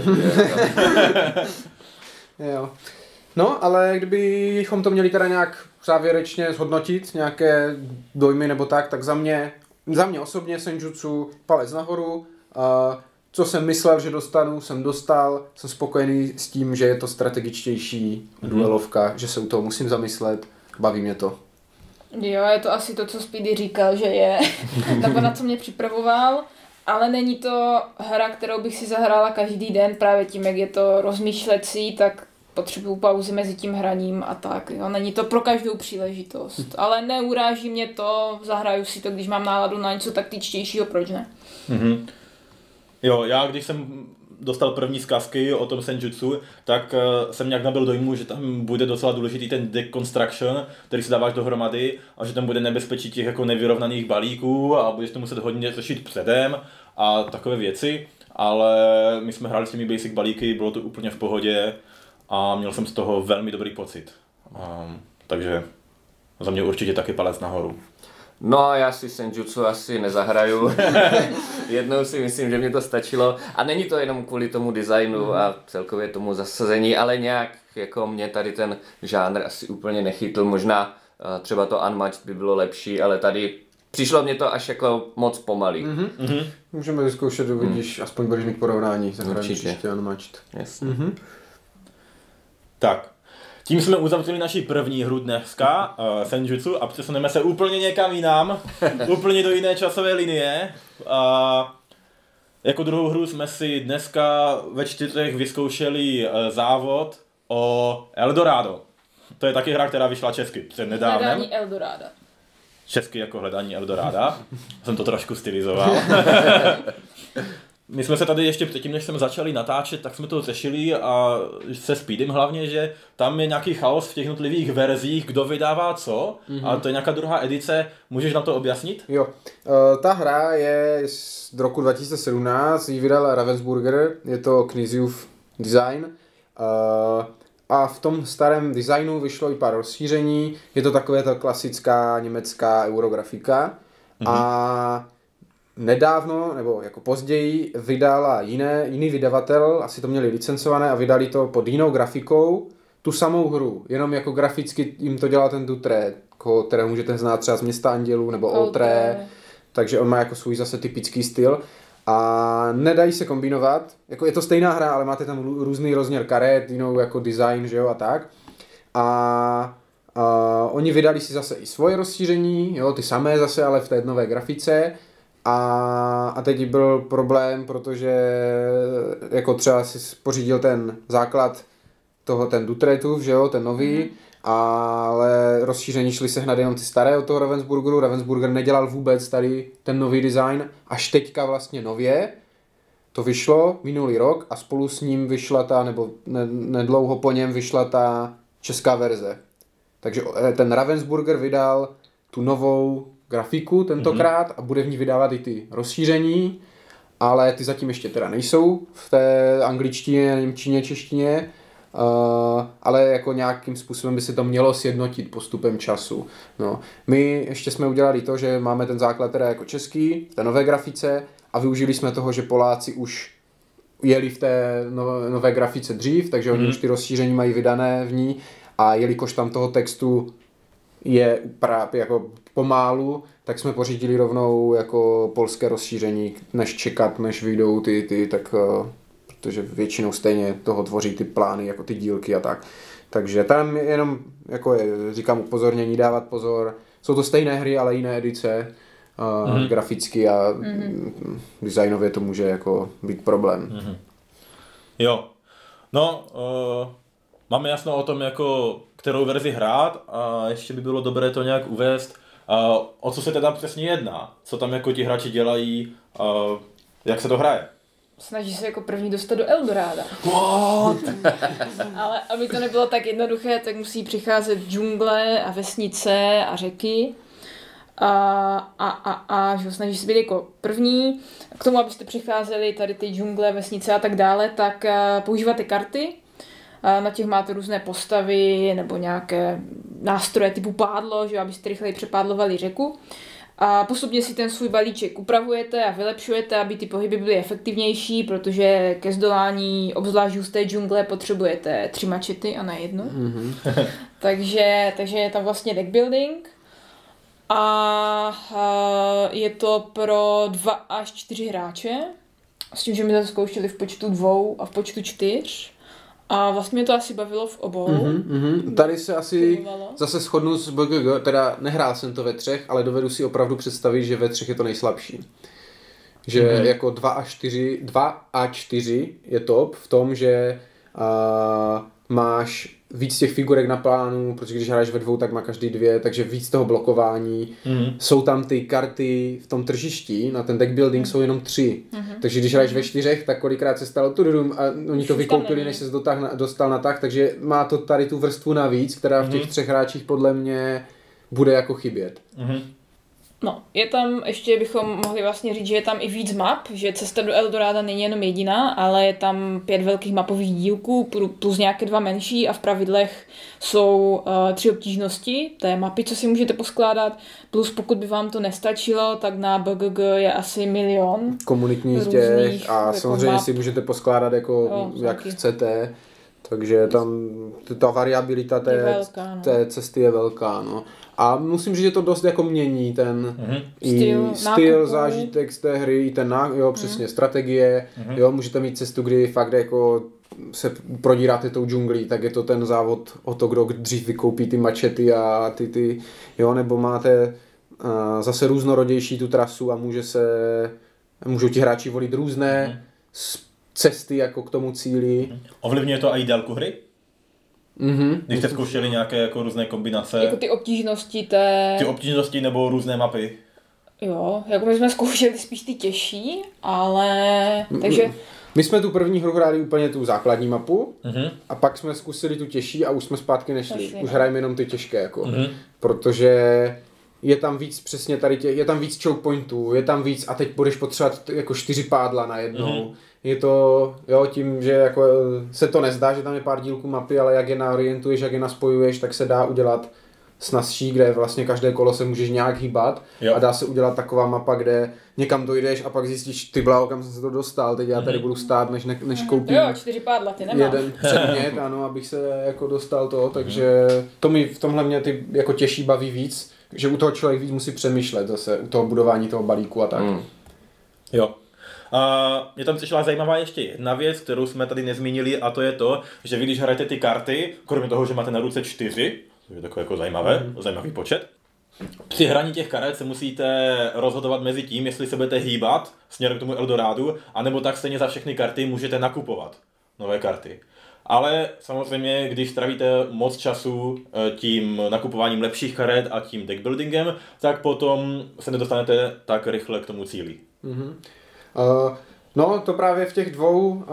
Takže, jo. No, ale kdybychom to měli teda nějak závěrečně zhodnotit, nějaké dojmy nebo tak, tak za mě, za mě osobně Senjutsu palec nahoru. A co jsem myslel, že dostanu, jsem dostal. Jsem spokojený s tím, že je to strategičtější mm-hmm. duelovka, že se u toho musím zamyslet. Baví mě to. Jo, je to asi to, co Speedy říkal, že je. Nebo na co mě připravoval. Ale není to hra, kterou bych si zahrála každý den, právě tím, jak je to rozmýšlecí, tak potřebuju pauzy mezi tím hraním a tak. Jo. Není to pro každou příležitost. Ale neuráží mě to, zahraju si to, když mám náladu na něco taktičtějšího, proč ne? Mm-hmm. Jo, já když jsem dostal první zkazky o tom Senjutsu, tak uh, jsem nějak nabyl dojmu, že tam bude docela důležitý ten deconstruction, který si dáváš dohromady a že tam bude nebezpečí těch jako nevyrovnaných balíků a budeš to muset hodně řešit předem a takové věci, ale my jsme hráli s těmi basic balíky, bylo to úplně v pohodě a měl jsem z toho velmi dobrý pocit. Um, takže za mě určitě taky palec nahoru. No a já si Senjutsu asi nezahraju. Jednou si myslím, že mě to stačilo. A není to jenom kvůli tomu designu mm. a celkově tomu zasazení, ale nějak jako mě tady ten žánr asi úplně nechytl. Možná uh, třeba to Unmatched by bylo lepší, ale tady přišlo mě to až jako moc pomalý. Mm-hmm. Mm-hmm. Můžeme vyzkoušet, uvidíš, mm. aspoň budeš mít porovnání. Zahrajeme příště Unmatched. Jasně. Mm-hmm. Tak. Tím jsme uzavřeli naši první hru dneska, uh, Senjutsu, a přesuneme se úplně někam jinam, úplně do jiné časové linie. Uh, jako druhou hru jsme si dneska ve čtyřech vyzkoušeli uh, závod o Eldorado. To je taky hra, která vyšla česky před nedávnem. Hledání Eldoráda. Česky jako hledání Eldoráda. Jsem to trošku stylizoval. My jsme se tady ještě předtím, než jsme začali natáčet, tak jsme to řešili a se Speedem hlavně, že tam je nějaký chaos v těch jednotlivých verzích, kdo vydává co, mm-hmm. a to je nějaká druhá edice. Můžeš nám to objasnit? Jo, uh, ta hra je z roku dva tisíce sedmnáct, ji vydal Ravensburger, je to Kniziův design. Uh, a v tom starém designu vyšlo i pár rozšíření, je to takové ta klasická německá eurografika. Mm-hmm. A nedávno, nebo jako později, vydala jiné, jiný vydavatel, asi to měli licencované a vydali to pod jinou grafikou, tu samou hru, jenom jako graficky jim to dělá ten Dutré, které můžete znát třeba z Města andělů, nebo Outré, takže on má jako svůj zase typický styl a nedají se kombinovat, jako je to stejná hra, ale máte tam různý rozměr karet, jinou jako design, že jo, a tak. A Uh, oni vydali si zase i svoje rozšíření, jo, ty samé zase, ale v té nové grafice. A, a teď byl problém, protože jako třeba si pořídil ten základ toho, ten Dutretův, že jo, ten nový, mm. ale rozšíření šli sehnat jenom ty staré od toho Ravensburgeru. Ravensburger nedělal vůbec tady ten nový design, až teďka vlastně nově. To vyšlo minulý rok a spolu s ním vyšla ta, nebo ne, nedlouho po něm vyšla ta česká verze. Takže ten Ravensburger vydal tu novou grafiku tentokrát mm-hmm. a bude v ní vydávat i ty rozšíření, ale ty zatím ještě teda nejsou v té angličtině, němčině, češtině, uh, ale jako nějakým způsobem by se to mělo sjednotit postupem času. No. My ještě jsme udělali to, že máme ten základ teda jako český, v té nové grafice a využili jsme toho, že Poláci už jeli v té nové, nové grafice dřív, takže mm-hmm. oni už ty rozšíření mají vydané v ní a jelikož tam toho textu je právě jako pomálu, tak jsme pořídili rovnou jako polské rozšíření, než čekat, než vyjdou ty, ty tak protože většinou stejně toho tvoří ty plány, jako ty dílky a tak. Takže tam jenom, jako je, říkám, upozornění, dávat pozor. Jsou to stejné hry, ale jiné edice, uh, mm-hmm. graficky a mm-hmm. designově to může jako být problém. Mm-hmm. Jo. No, uh, máme jasno o tom, jako, kterou verzi hrát a ještě by bylo dobré to nějak uvést. Uh, o co se teda přesně jedná? Co tam jako ti hráči dělají? Uh, jak se to hraje? Snaží se jako první dostat do Eldoráda. Ale aby to nebylo tak jednoduché, tak musí přicházet džungle a vesnice a řeky. A, a, a, a že snaží se být jako první. K tomu, abyste přicházeli tady ty džungle, vesnice a tak dále, tak používáte karty. Na těch máte různé postavy nebo nějaké nástroje typu pádlo, že abyste rychleji přepádlovali řeku. A postupně si ten svůj balíček upravujete a vylepšujete, aby ty pohyby byly efektivnější, protože ke zdolání obzvlášť z té džungle potřebujete tři mačety a ne jednu. Mm-hmm. takže, takže je tam vlastně deck building a, a je to pro dva až čtyři hráče, s tím, že my to zkoušeli v počtu dvou a v počtu čtyř. A vlastně mě to asi bavilo v obou. Mm-hmm, mm-hmm. Tady se asi Bavilo. Zase shodnu s B G G, teda nehrál jsem to ve třech, ale dovedu si opravdu představit, že ve třech je to nejslabší. Že mm-hmm. jako dva a čtyři, dva a čtyři je top v tom, že uh, máš víc těch figurek na plánu, protože když hraješ ve dvou, tak má každý dvě, takže víc toho blokování. Mm-hmm. Jsou tam ty karty v tom tržišti, na ten deck building mm-hmm. jsou jenom tři. Mm-hmm. Takže když hraješ ve čtyřech, tak kolikrát se stalo tududum a oni to vykoupili, než se dostal na tak, takže má to tady tu vrstvu navíc, která v těch mm-hmm. třech hráčích podle mě bude jako chybět. Mm-hmm. No, je tam, ještě bychom mohli vlastně říct, že je tam i víc map, že cesta do Eldoráda není jenom jediná, ale je tam pět velkých mapových dílků plus nějaké dva menší a v pravidlech jsou uh, tři obtížnosti té mapy, co si můžete poskládat, plus pokud by vám to nestačilo, tak na B G G je asi milion komunitních těch a jako samozřejmě map. Si můžete poskládat jako jo, jak taky. Chcete. Takže tam ta variabilita té, velká, no. té cesty je velká, no. A musím říct, že to dost jako mění ten mm-hmm. i styl, styl zážitek z té hry, i ten ná, jo, přesně, mm-hmm. strategie, mm-hmm. jo, můžete mít cestu, kdy fakt jako se prodíráte tou džunglí, tak je to ten závod o to, kdo dřív vykoupí ty mačety a ty, ty jo, nebo máte uh, zase různorodější tu trasu a může se, můžou ti hráči volit různé mm-hmm. cesty jako k tomu cíli. Ovlivňuje to i délku hry? Mm-hmm. Když jste zkoušeli nějaké jako různé kombinace? Jako ty obtížnosti té... Ty obtížnosti nebo různé mapy? Jo, jako my jsme zkoušeli spíš ty těžší, ale... Takže... My jsme tu první hru hráli úplně tu základní mapu mm-hmm. a pak jsme zkusili tu těžší a už jsme zpátky nešli. Nešli už no. hrajeme jenom ty těžké, jako. Mm-hmm. Protože je tam víc přesně tady tě, je tam víc choke pointů, je tam víc a teď budeš potřebovat jako čtyři pádla najednou. Mm-hmm. Je to, jo, tím, že jako se to nezdá, že tam je pár dílků mapy, ale jak je naorientuješ, jak je naspojuješ, tak se dá udělat snazší, kde vlastně každé kolo se můžeš nějak hýbat jo. a dá se udělat taková mapa, kde někam dojdeš a pak zjistíš, ty bláho, kam jsem se to dostal, teď já tady budu stát, než, ne, než koupím jo, čtyři pádla, ty nemám. jeden předmět, ano, abych se jako dostal to, takže to mi v tomhle mě ty jako těžší baví víc, že u toho člověk víc musí přemýšlet zase, u toho budování toho balíku a tak. Mm. Jo. A mě tam přišla zajímavá ještě jedna věc, kterou jsme tady nezmínili, a to je to, že vy když hrajete ty karty, kromě toho, že máte na ruce čtyři, to je takové jako zajímavé, mm. zajímavý počet, při hraní těch karet se musíte rozhodovat mezi tím, jestli se budete hýbat směrem k tomu Eldorádu, anebo tak stejně za všechny karty můžete nakupovat nové karty. Ale samozřejmě, když stravíte moc času tím nakupováním lepších karet a tím deckbuildingem, tak potom se nedostanete tak rychle k tomu cíli. Mm-hmm. Uh, no, to právě v těch dvou uh,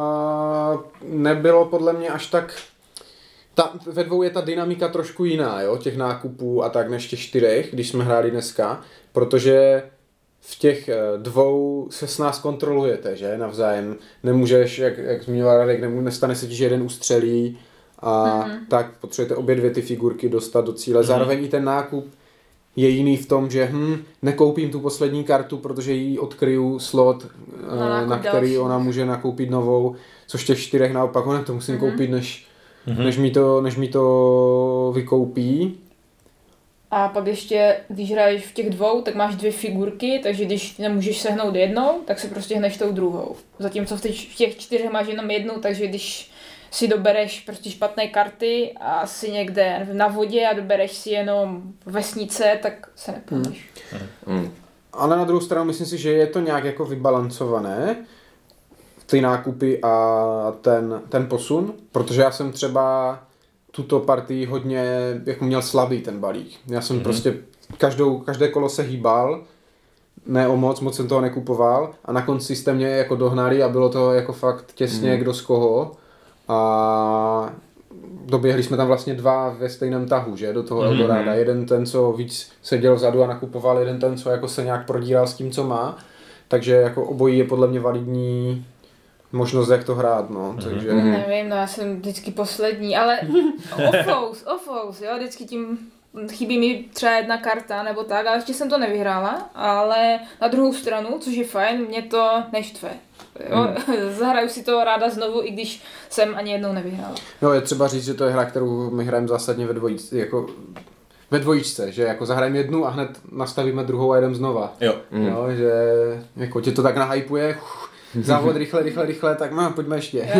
nebylo podle mě až tak... Ta, ve dvou je ta dynamika trošku jiná, jo, těch nákupů a tak než těch čtyřech, když jsme hráli dneska, protože v těch dvou se s nás kontrolujete, že, navzájem. Nemůžeš, jak, jak zmiňoval Radek, nemů, nestane se ti, že jeden ustřelí a mm-hmm. tak potřebujete obě dvě ty figurky dostat do cíle. Mm-hmm. Zároveň i ten nákup je jiný v tom, že hm, nekoupím tu poslední kartu, protože jí odkryju slot, na, na který další. Ona může nakoupit novou, což těch čtyřech naopak, ona to musím mm-hmm. koupit, než, mm-hmm. než, mi to, než mi to vykoupí. A pak ještě, když hraješ v těch dvou, tak máš dvě figurky, takže když nemůžeš sehnout jednou, tak si prostě hneš tou druhou. Zatímco v těch, v těch čtyřech máš jenom jednu, takže když si dobereš prostě špatné karty a si někde na vodě a dobereš si jenom vesnice, tak se nepomůžeš. Hmm. Hmm. Ale na druhou stranu myslím si, že je to nějak jako vybalancované, ty nákupy a ten, ten posun, protože já jsem třeba tuto partii hodně jako měl slabý ten balík. Já jsem mm-hmm. prostě každou, každé kolo se hýbal, ne o moc, moc jsem toho nekupoval a na konci jste mě jako dohnali a bylo to jako fakt těsně mm. kdo z koho a doběhli jsme tam vlastně dva ve stejném tahu, že, do toho mm. Eldoráda. Jeden ten, co víc seděl vzadu a nakupoval, jeden ten, co jako se nějak prodíral s tím, co má. Takže jako obojí je podle mě validní možnost, jak to hrát, no, takže... Mm. Nevím, no já jsem vždycky poslední, ale ofous, ofous, jo, vždycky tím chybí mi třeba jedna karta nebo tak, ale ještě jsem to nevyhrála, ale na druhou stranu, což je fajn, mě to neštve. Jo, mm. Zahraju si to ráda znovu, i když jsem ani jednou nevyhrála. No, je třeba říct, že to je hra, kterou my hrajeme zásadně ve dvojičce, jako ve dvojičce, že jako zahrajeme jednu a hned nastavíme druhou a jedeme znova. Jo. Mm. Jo, že jako tě to tak nahypuje, závod rychle, rychle, rychle, tak no, pojďme ještě.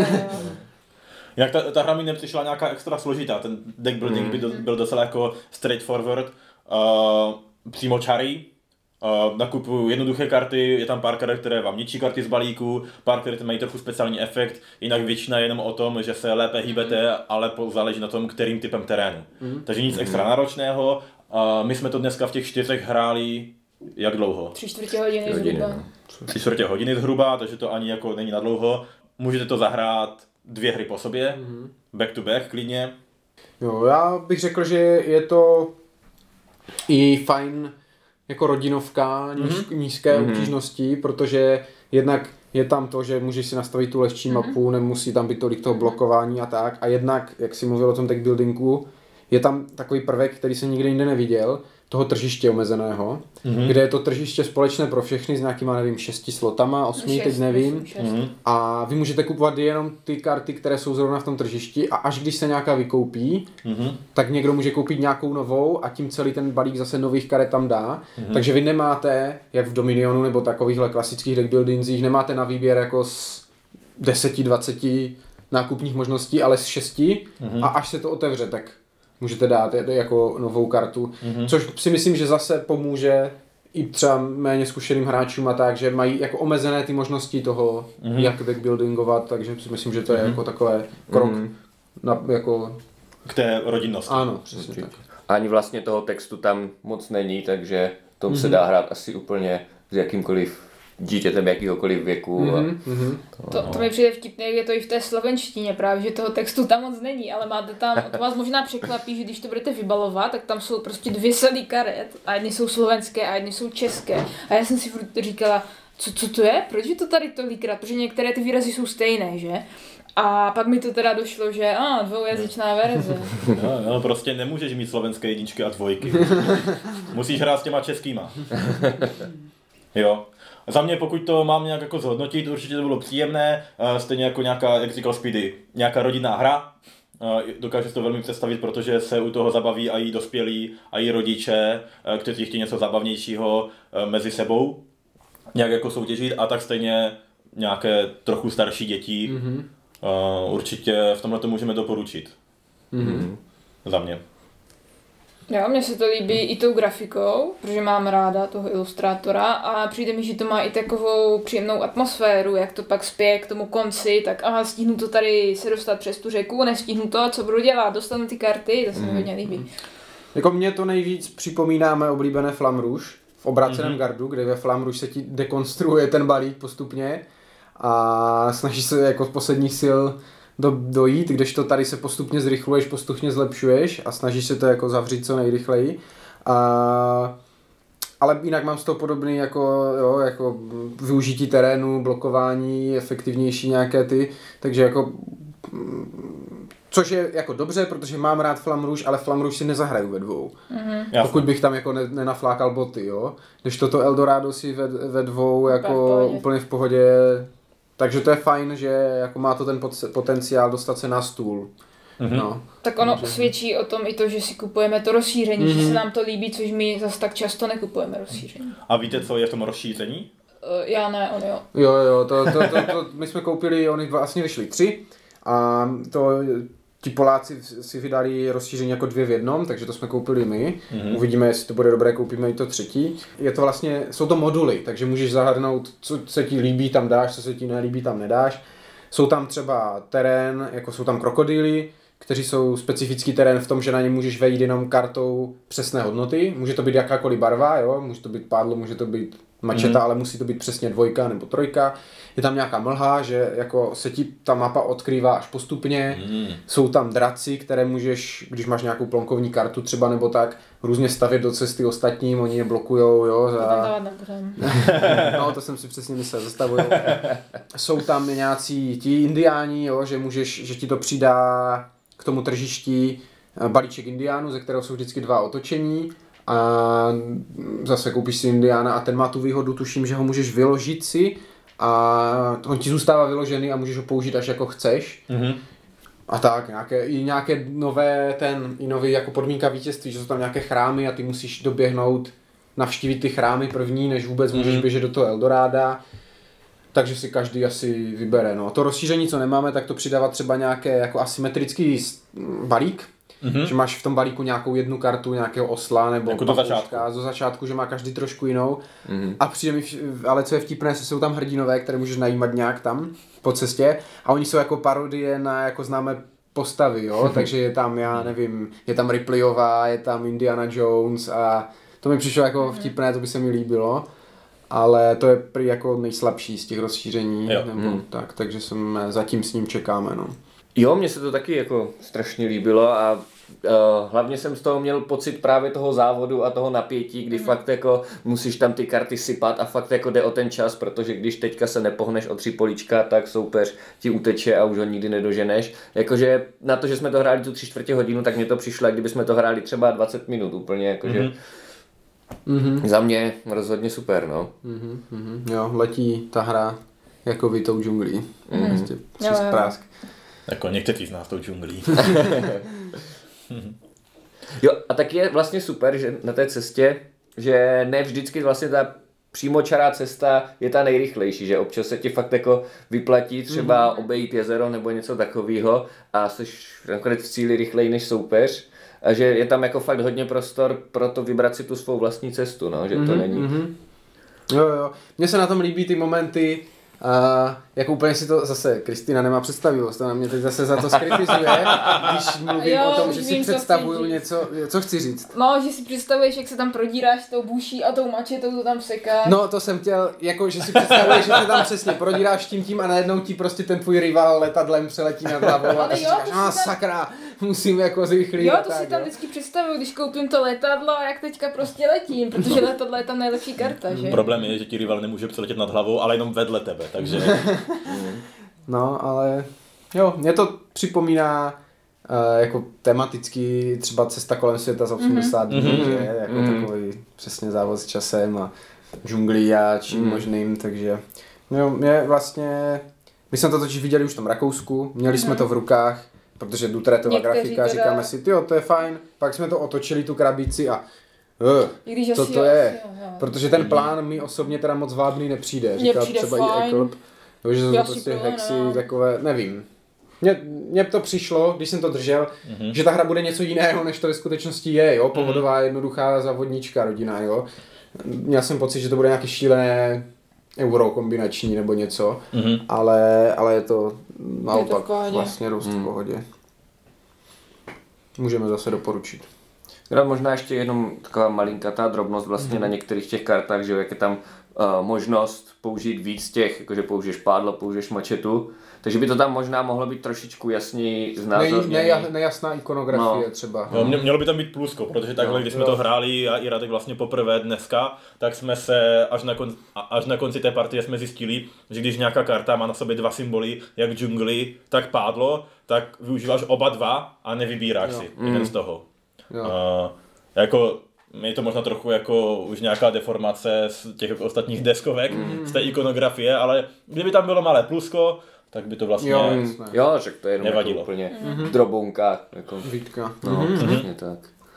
Jak ta, ta hra mi nepřišla nějaká extra složitá, ten deck building mm. by do, byl docela jako straightforward, uh, přímo čarý, uh, nakupuju jednoduché karty, je tam pár karet, které vám ničí karty z balíku, pár karet mají trochu speciální efekt, jinak většina je jenom o tom, že se lépe hýbete, ale záleží na tom, kterým typem terénu. Mm. Takže nic extra náročného, uh, my jsme to dneska v těch čtyřech hráli jak dlouho? Tři čtvrtě hodiny zhruba. Tři čtvrtě hodiny zhruba, takže to ani jako není na dlouho. Můžete to zahrát dvě hry po sobě, mm-hmm. back to back klidně. Jo, já bych řekl, že je to i fajn jako rodinovka níž, mm-hmm. nízké mm-hmm. obtížnosti, protože jednak je tam to, že můžeš si nastavit tu lehčí mm-hmm. mapu, nemusí tam být tolik toho blokování a tak. A jednak, jak jsi mluvil o tom deck buildingu, je tam takový prvek, který jsem nikdy jinde neviděl, toho tržiště omezeného, mm-hmm. kde je to tržiště společné pro všechny s nějakýma, nevím, šesti slotama, osmi, šest, teď nevím. Mm-hmm. A vy můžete kupovat jenom ty karty, které jsou zrovna v tom tržišti a až když se nějaká vykoupí, mm-hmm. tak někdo může koupit nějakou novou a tím celý ten balík zase nových karet tam dá. Mm-hmm. Takže vy nemáte, jak v Dominionu nebo takovýchhle klasických deckbuildingsích, nemáte na výběr jako z deseti, dvaceti nákupních možností, ale z šesti mm-hmm. a až se to otevře, tak můžete dát jako novou kartu, mm-hmm. což si myslím, že zase pomůže i třeba méně zkušeným hráčům a tak, že mají jako omezené ty možnosti toho, mm-hmm. jak deckbuildingovat, takže si myslím, že to je mm-hmm. jako takové krok mm-hmm. na, jako... k té rodinnosti. Ano, přesně tak. Ani vlastně toho textu tam moc není, takže to mm-hmm. se dá hrát asi úplně s jakýmkoliv dítětem jakýhokoliv věku. Mm-hmm, mm-hmm. To, to mi přijde vtipné, jak je to i v té slovenštině právě, že toho textu tam moc není, ale máte tam, to vás možná překvapí, že když to budete vybalovat, tak tam jsou prostě dvě sady karet a jedny jsou slovenské a jedny jsou české. A já jsem si furt říkala, co, co to je? Proč je to tady tolikrát? Protože některé ty výrazy jsou stejné, že? A pak mi to teda došlo, že a dvoujazyčná verze. No, no, prostě nemůžeš mít slovenské jedničky a dvojky. Musíš hrát s těma českýma. Jo. Za mě, pokud to mám nějak jako zhodnotit, určitě to bylo příjemné, stejně jako nějaká, jak říkal Speedy, nějaká rodinná hra. Dokážu si to velmi představit, protože se u toho zabaví a i dospělí, a i rodiče, kteří chtějí něco zabavnějšího mezi sebou, nějak jako soutěžit, a tak stejně nějaké trochu starší děti. Mm-hmm. Určitě v tomhle to můžeme doporučit. Mm-hmm. Za mě. Jo, mně se to líbí i tou grafikou, protože mám ráda toho ilustrátora a přijde mi, že to má i takovou příjemnou atmosféru, jak to pak spěje k tomu konci, tak aha, stihnu to tady se dostat přes tu řeku, nestihnu to, co budu dělat, dostanu ty karty, to se mi mm. hodně líbí. Jako mě to nejvíc připomínáme oblíbené Flamme Rouge v obráceném mm-hmm. gardu, kde ve Flamme Rouge se ti dekonstruuje ten balík postupně a snaží se jako z posledních sil Do, dojít, kdežto tady se postupně zrychluješ, postupně zlepšuješ a snažíš se to jako zavřít co nejrychleji. A, ale jinak mám z toho podobný jako, jo, jako využití terénu, blokování, efektivnější nějaké ty, takže jako což je jako dobře, protože mám rád Flamme Rouge, ale Flamme Rouge si nezahraju ve dvou. Mm-hmm. Pokud bych tam jako ne, nenaflákal boty, jo. Když toto Eldorado si ve, ve dvou jako v úplně v pohodě. Takže to je fajn, že jako má to ten potenciál dostat se na stůl. Mm-hmm. No. Tak ono Může. svědčí o tom i to, že si kupujeme to rozšíření, mm-hmm. že se nám to líbí, což my zase tak často nekupujeme rozšíření. A víte, co je v tom rozšíření? Uh, já ne, on jo. Jo, jo, to, to, to, to, my jsme koupili, oni vlastně vyšli tři a to ti Poláci si vydali rozšíření jako dvě v jednom, takže to jsme koupili my. Mm-hmm. Uvidíme, jestli to bude dobré, koupíme i to třetí. Je to vlastně, jsou to moduly, takže můžeš zahrnout, co se ti líbí, tam dáš, co se ti nelíbí, tam nedáš. Jsou tam třeba terén, jako jsou tam krokodýly, kteří jsou specifický terén v tom, že na ně můžeš vejít jenom kartou přesné hodnoty. Může to být jakákoliv barva, jo? Může to být pádlo, může to být mačeta, mm. ale musí to být přesně dvojka nebo trojka. Je tam nějaká mlha, že jako se ti ta mapa odkrývá až postupně. Mm. Jsou tam draci, které můžeš, když máš nějakou plonkovní kartu třeba nebo tak, různě stavět do cesty ostatním, oni je blokujou, jo. Za... No, to jsem si přesně myslel, zastavujou. Jsou tam nějací ti indiáni, jo, že můžeš, že ti to přidá k tomu tržišti balíček indiánů, ze kterého jsou vždycky dva otočení. A zase koupíš si indiána a ten má tu výhodu, tuším, že ho můžeš vyložit si a on ti zůstává vyložený a můžeš ho použít až jako chceš. Mm-hmm. A tak, nějaké, i nějaké nové, ten, i nový jako podmínka vítězství, že jsou tam nějaké chrámy a ty musíš doběhnout, navštívit ty chrámy první, než vůbec mm-hmm. můžeš běžet do toho Eldoráda. Takže si každý asi vybere. No. To rozšíření, co nemáme, tak to přidává třeba nějaké jako asymetrický balík, mm-hmm. že máš v tom balíku nějakou jednu kartu nějakého osla nebo jako do začátku. do začátku, že má každý trošku jinou. Mm-hmm. A přijde mi, ale co je vtipné, jsou tam hrdinové, které můžeš najímat nějak tam po cestě a oni jsou jako parodie na jako známé postavy, jo, takže je tam, já nevím, je tam Ripleyová, je tam Indiana Jones a to mi přišlo jako vtipné, to by se mi líbilo. Ale to je prý jako nejslabší z těch rozšíření, nebo mm. tak, takže jsem, zatím s ním čekáme, no. Jo, mně se to taky jako strašně líbilo a uh, hlavně jsem z toho měl pocit právě toho závodu a toho napětí, kdy mm. fakt jako musíš tam ty karty sypat a fakt jako jde o ten čas, protože když teďka se nepohneš o tři políčka, tak soupeř ti uteče a už ho nikdy nedoženeš. Jakože na to, že jsme to hráli tu tři čtvrtě hodinu, tak mně to přišlo, jak kdyby jsme to hráli třeba dvacet minut úplně, jakože mm. Mm-hmm. Za mě rozhodně super, no. Mm-hmm, mm-hmm. Jo, letí ta hra jako vy tou džunglí. Mm-hmm. Prostě přes prásk. Jako někteří z nás tou džunglí. Jo, a tak je vlastně super, že na té cestě, že ne vždycky vlastně ta přímočará cesta je ta nejrychlejší, že občas se ti fakt jako vyplatí třeba mm-hmm. obejít jezero nebo něco takového a jsi nakonec v cíli rychleji než soupeř. A že je tam jako fakt hodně prostor pro to vybrat si tu svou vlastní cestu, no, že to mm-hmm, není. Mm-hmm. Jo, jo. Mně se na tom líbí ty momenty, uh, jako úplně si to zase, Kristýna nemá představivost, to na mě teď zase za to skritizuje, když mluvím jo, o tom, že vím, si představuju něco, co chci říct. No, že si představuješ, jak se tam prodíráš tou buší a tou mačetou, to tam sekáš. No, to jsem chtěl, jako, že si představuješ, že se tam přesně prodíráš tím tím a najednou ti prostě ten tvůj rival letadlem přeletí nad hlavou a ty si říkáš, no tam... sakra, musím jako zrychlit. Jo, to tak, si tam jo. vždycky představuju, když koupím to letadlo a jak teďka prostě letím, protože letadlo je tam nejlepší karta, že? Problém je, že ti rival nemůže přeletět nad hlavou, ale jenom vedle tebe, takže... No, ale jo, mě to připomíná uh, jako tematicky třeba Cesta kolem světa za osmdesát dní, mm-hmm. že jako mm-hmm. takový přesně závod s časem a džunglí a čím mm. možným, takže jo, mě vlastně, my jsme to totiž viděli už v tom Rakousku, měli mm. jsme to v rukách, protože Dutretová grafika, teda... říkáme si, tyjo, to je fajn, pak jsme to otočili tu krabici a uh, co to jo, je, jo, jo. Protože ten plán mi osobně teda moc vábný nepřijde, říkal třeba fajn. I Eklb, že jsou to prostě hexy, no. takové, nevím. Mně, mně to přišlo, když jsem to držel, mm-hmm. že ta hra bude něco jiného, než to ve skutečnosti je, jo, pohodová, mm-hmm. jednoduchá závodnička rodina, jo. Měl jsem pocit, že to bude nějaké šílené euro kombinační nebo něco, mm-hmm. ale, ale je to naopak je to vlastně dost mm. v pohodě. Můžeme zase doporučit. Teda možná ještě jenom taková malinkatá drobnost vlastně mm-hmm. na některých těch kartách, že jak je tam uh, možnost použít víc těch, jakože použiješ pádlo, použiješ mačetu, takže by to tam možná mohlo být trošičku jasněji znázorněný. Nej, nejasná ikonografie no. třeba. No, mělo by tam být plusko, protože takhle, no, když jsme jo. to hráli, já i Radek vlastně poprvé dneska, tak jsme se až na, konci, až na konci té partie jsme zjistili, že když nějaká karta má na sobě dva symboly, jak džungli, tak pádlo, tak využíváš oba dva a nevybíráš jo. si mm. jeden z toho. Uh, jako je to možná trochu jako už nějaká deformace z těch ostatních deskovek, mm. z té ikonografie, ale kdyby tam bylo malé plusko, tak by to vlastně Jo, jasné. Jo, že to je jenom jako nevadilo. úplně v drobounkách. Jako, Vítka. no, Mhm. přesně tak.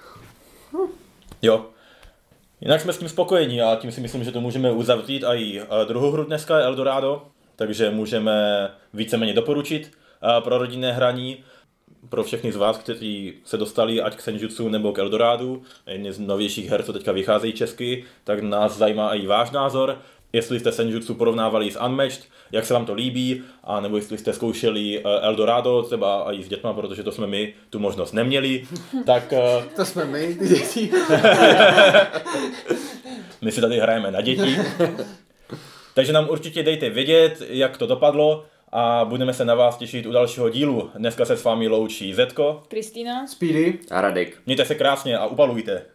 Jo. Jinak jsme s tím spokojení a tím si myslím, že to můžeme uzavřít a i druhou hru dneska, Eldorado, takže můžeme víceméně doporučit pro rodinné hraní. Pro všechny z vás, kteří se dostali ať k Senjutsu nebo k Eldorádu, jedny z novějších her, co teďka vycházejí česky, tak nás zajímá i váš názor. Jestli jste Senjutsu porovnávali s Unmatched, jak se vám to líbí, a nebo jestli jste zkoušeli Eldorado, třeba i s dětma, protože to jsme my tu možnost neměli, tak To jsme my, ty děti. my si tady hrajeme na děti. Takže nám určitě dejte vědět, jak to dopadlo a budeme se na vás těšit u dalšího dílu. Dneska se s vámi loučí Zetko. Kristýna. Speedy. A Radek. Mějte se krásně a upalujte.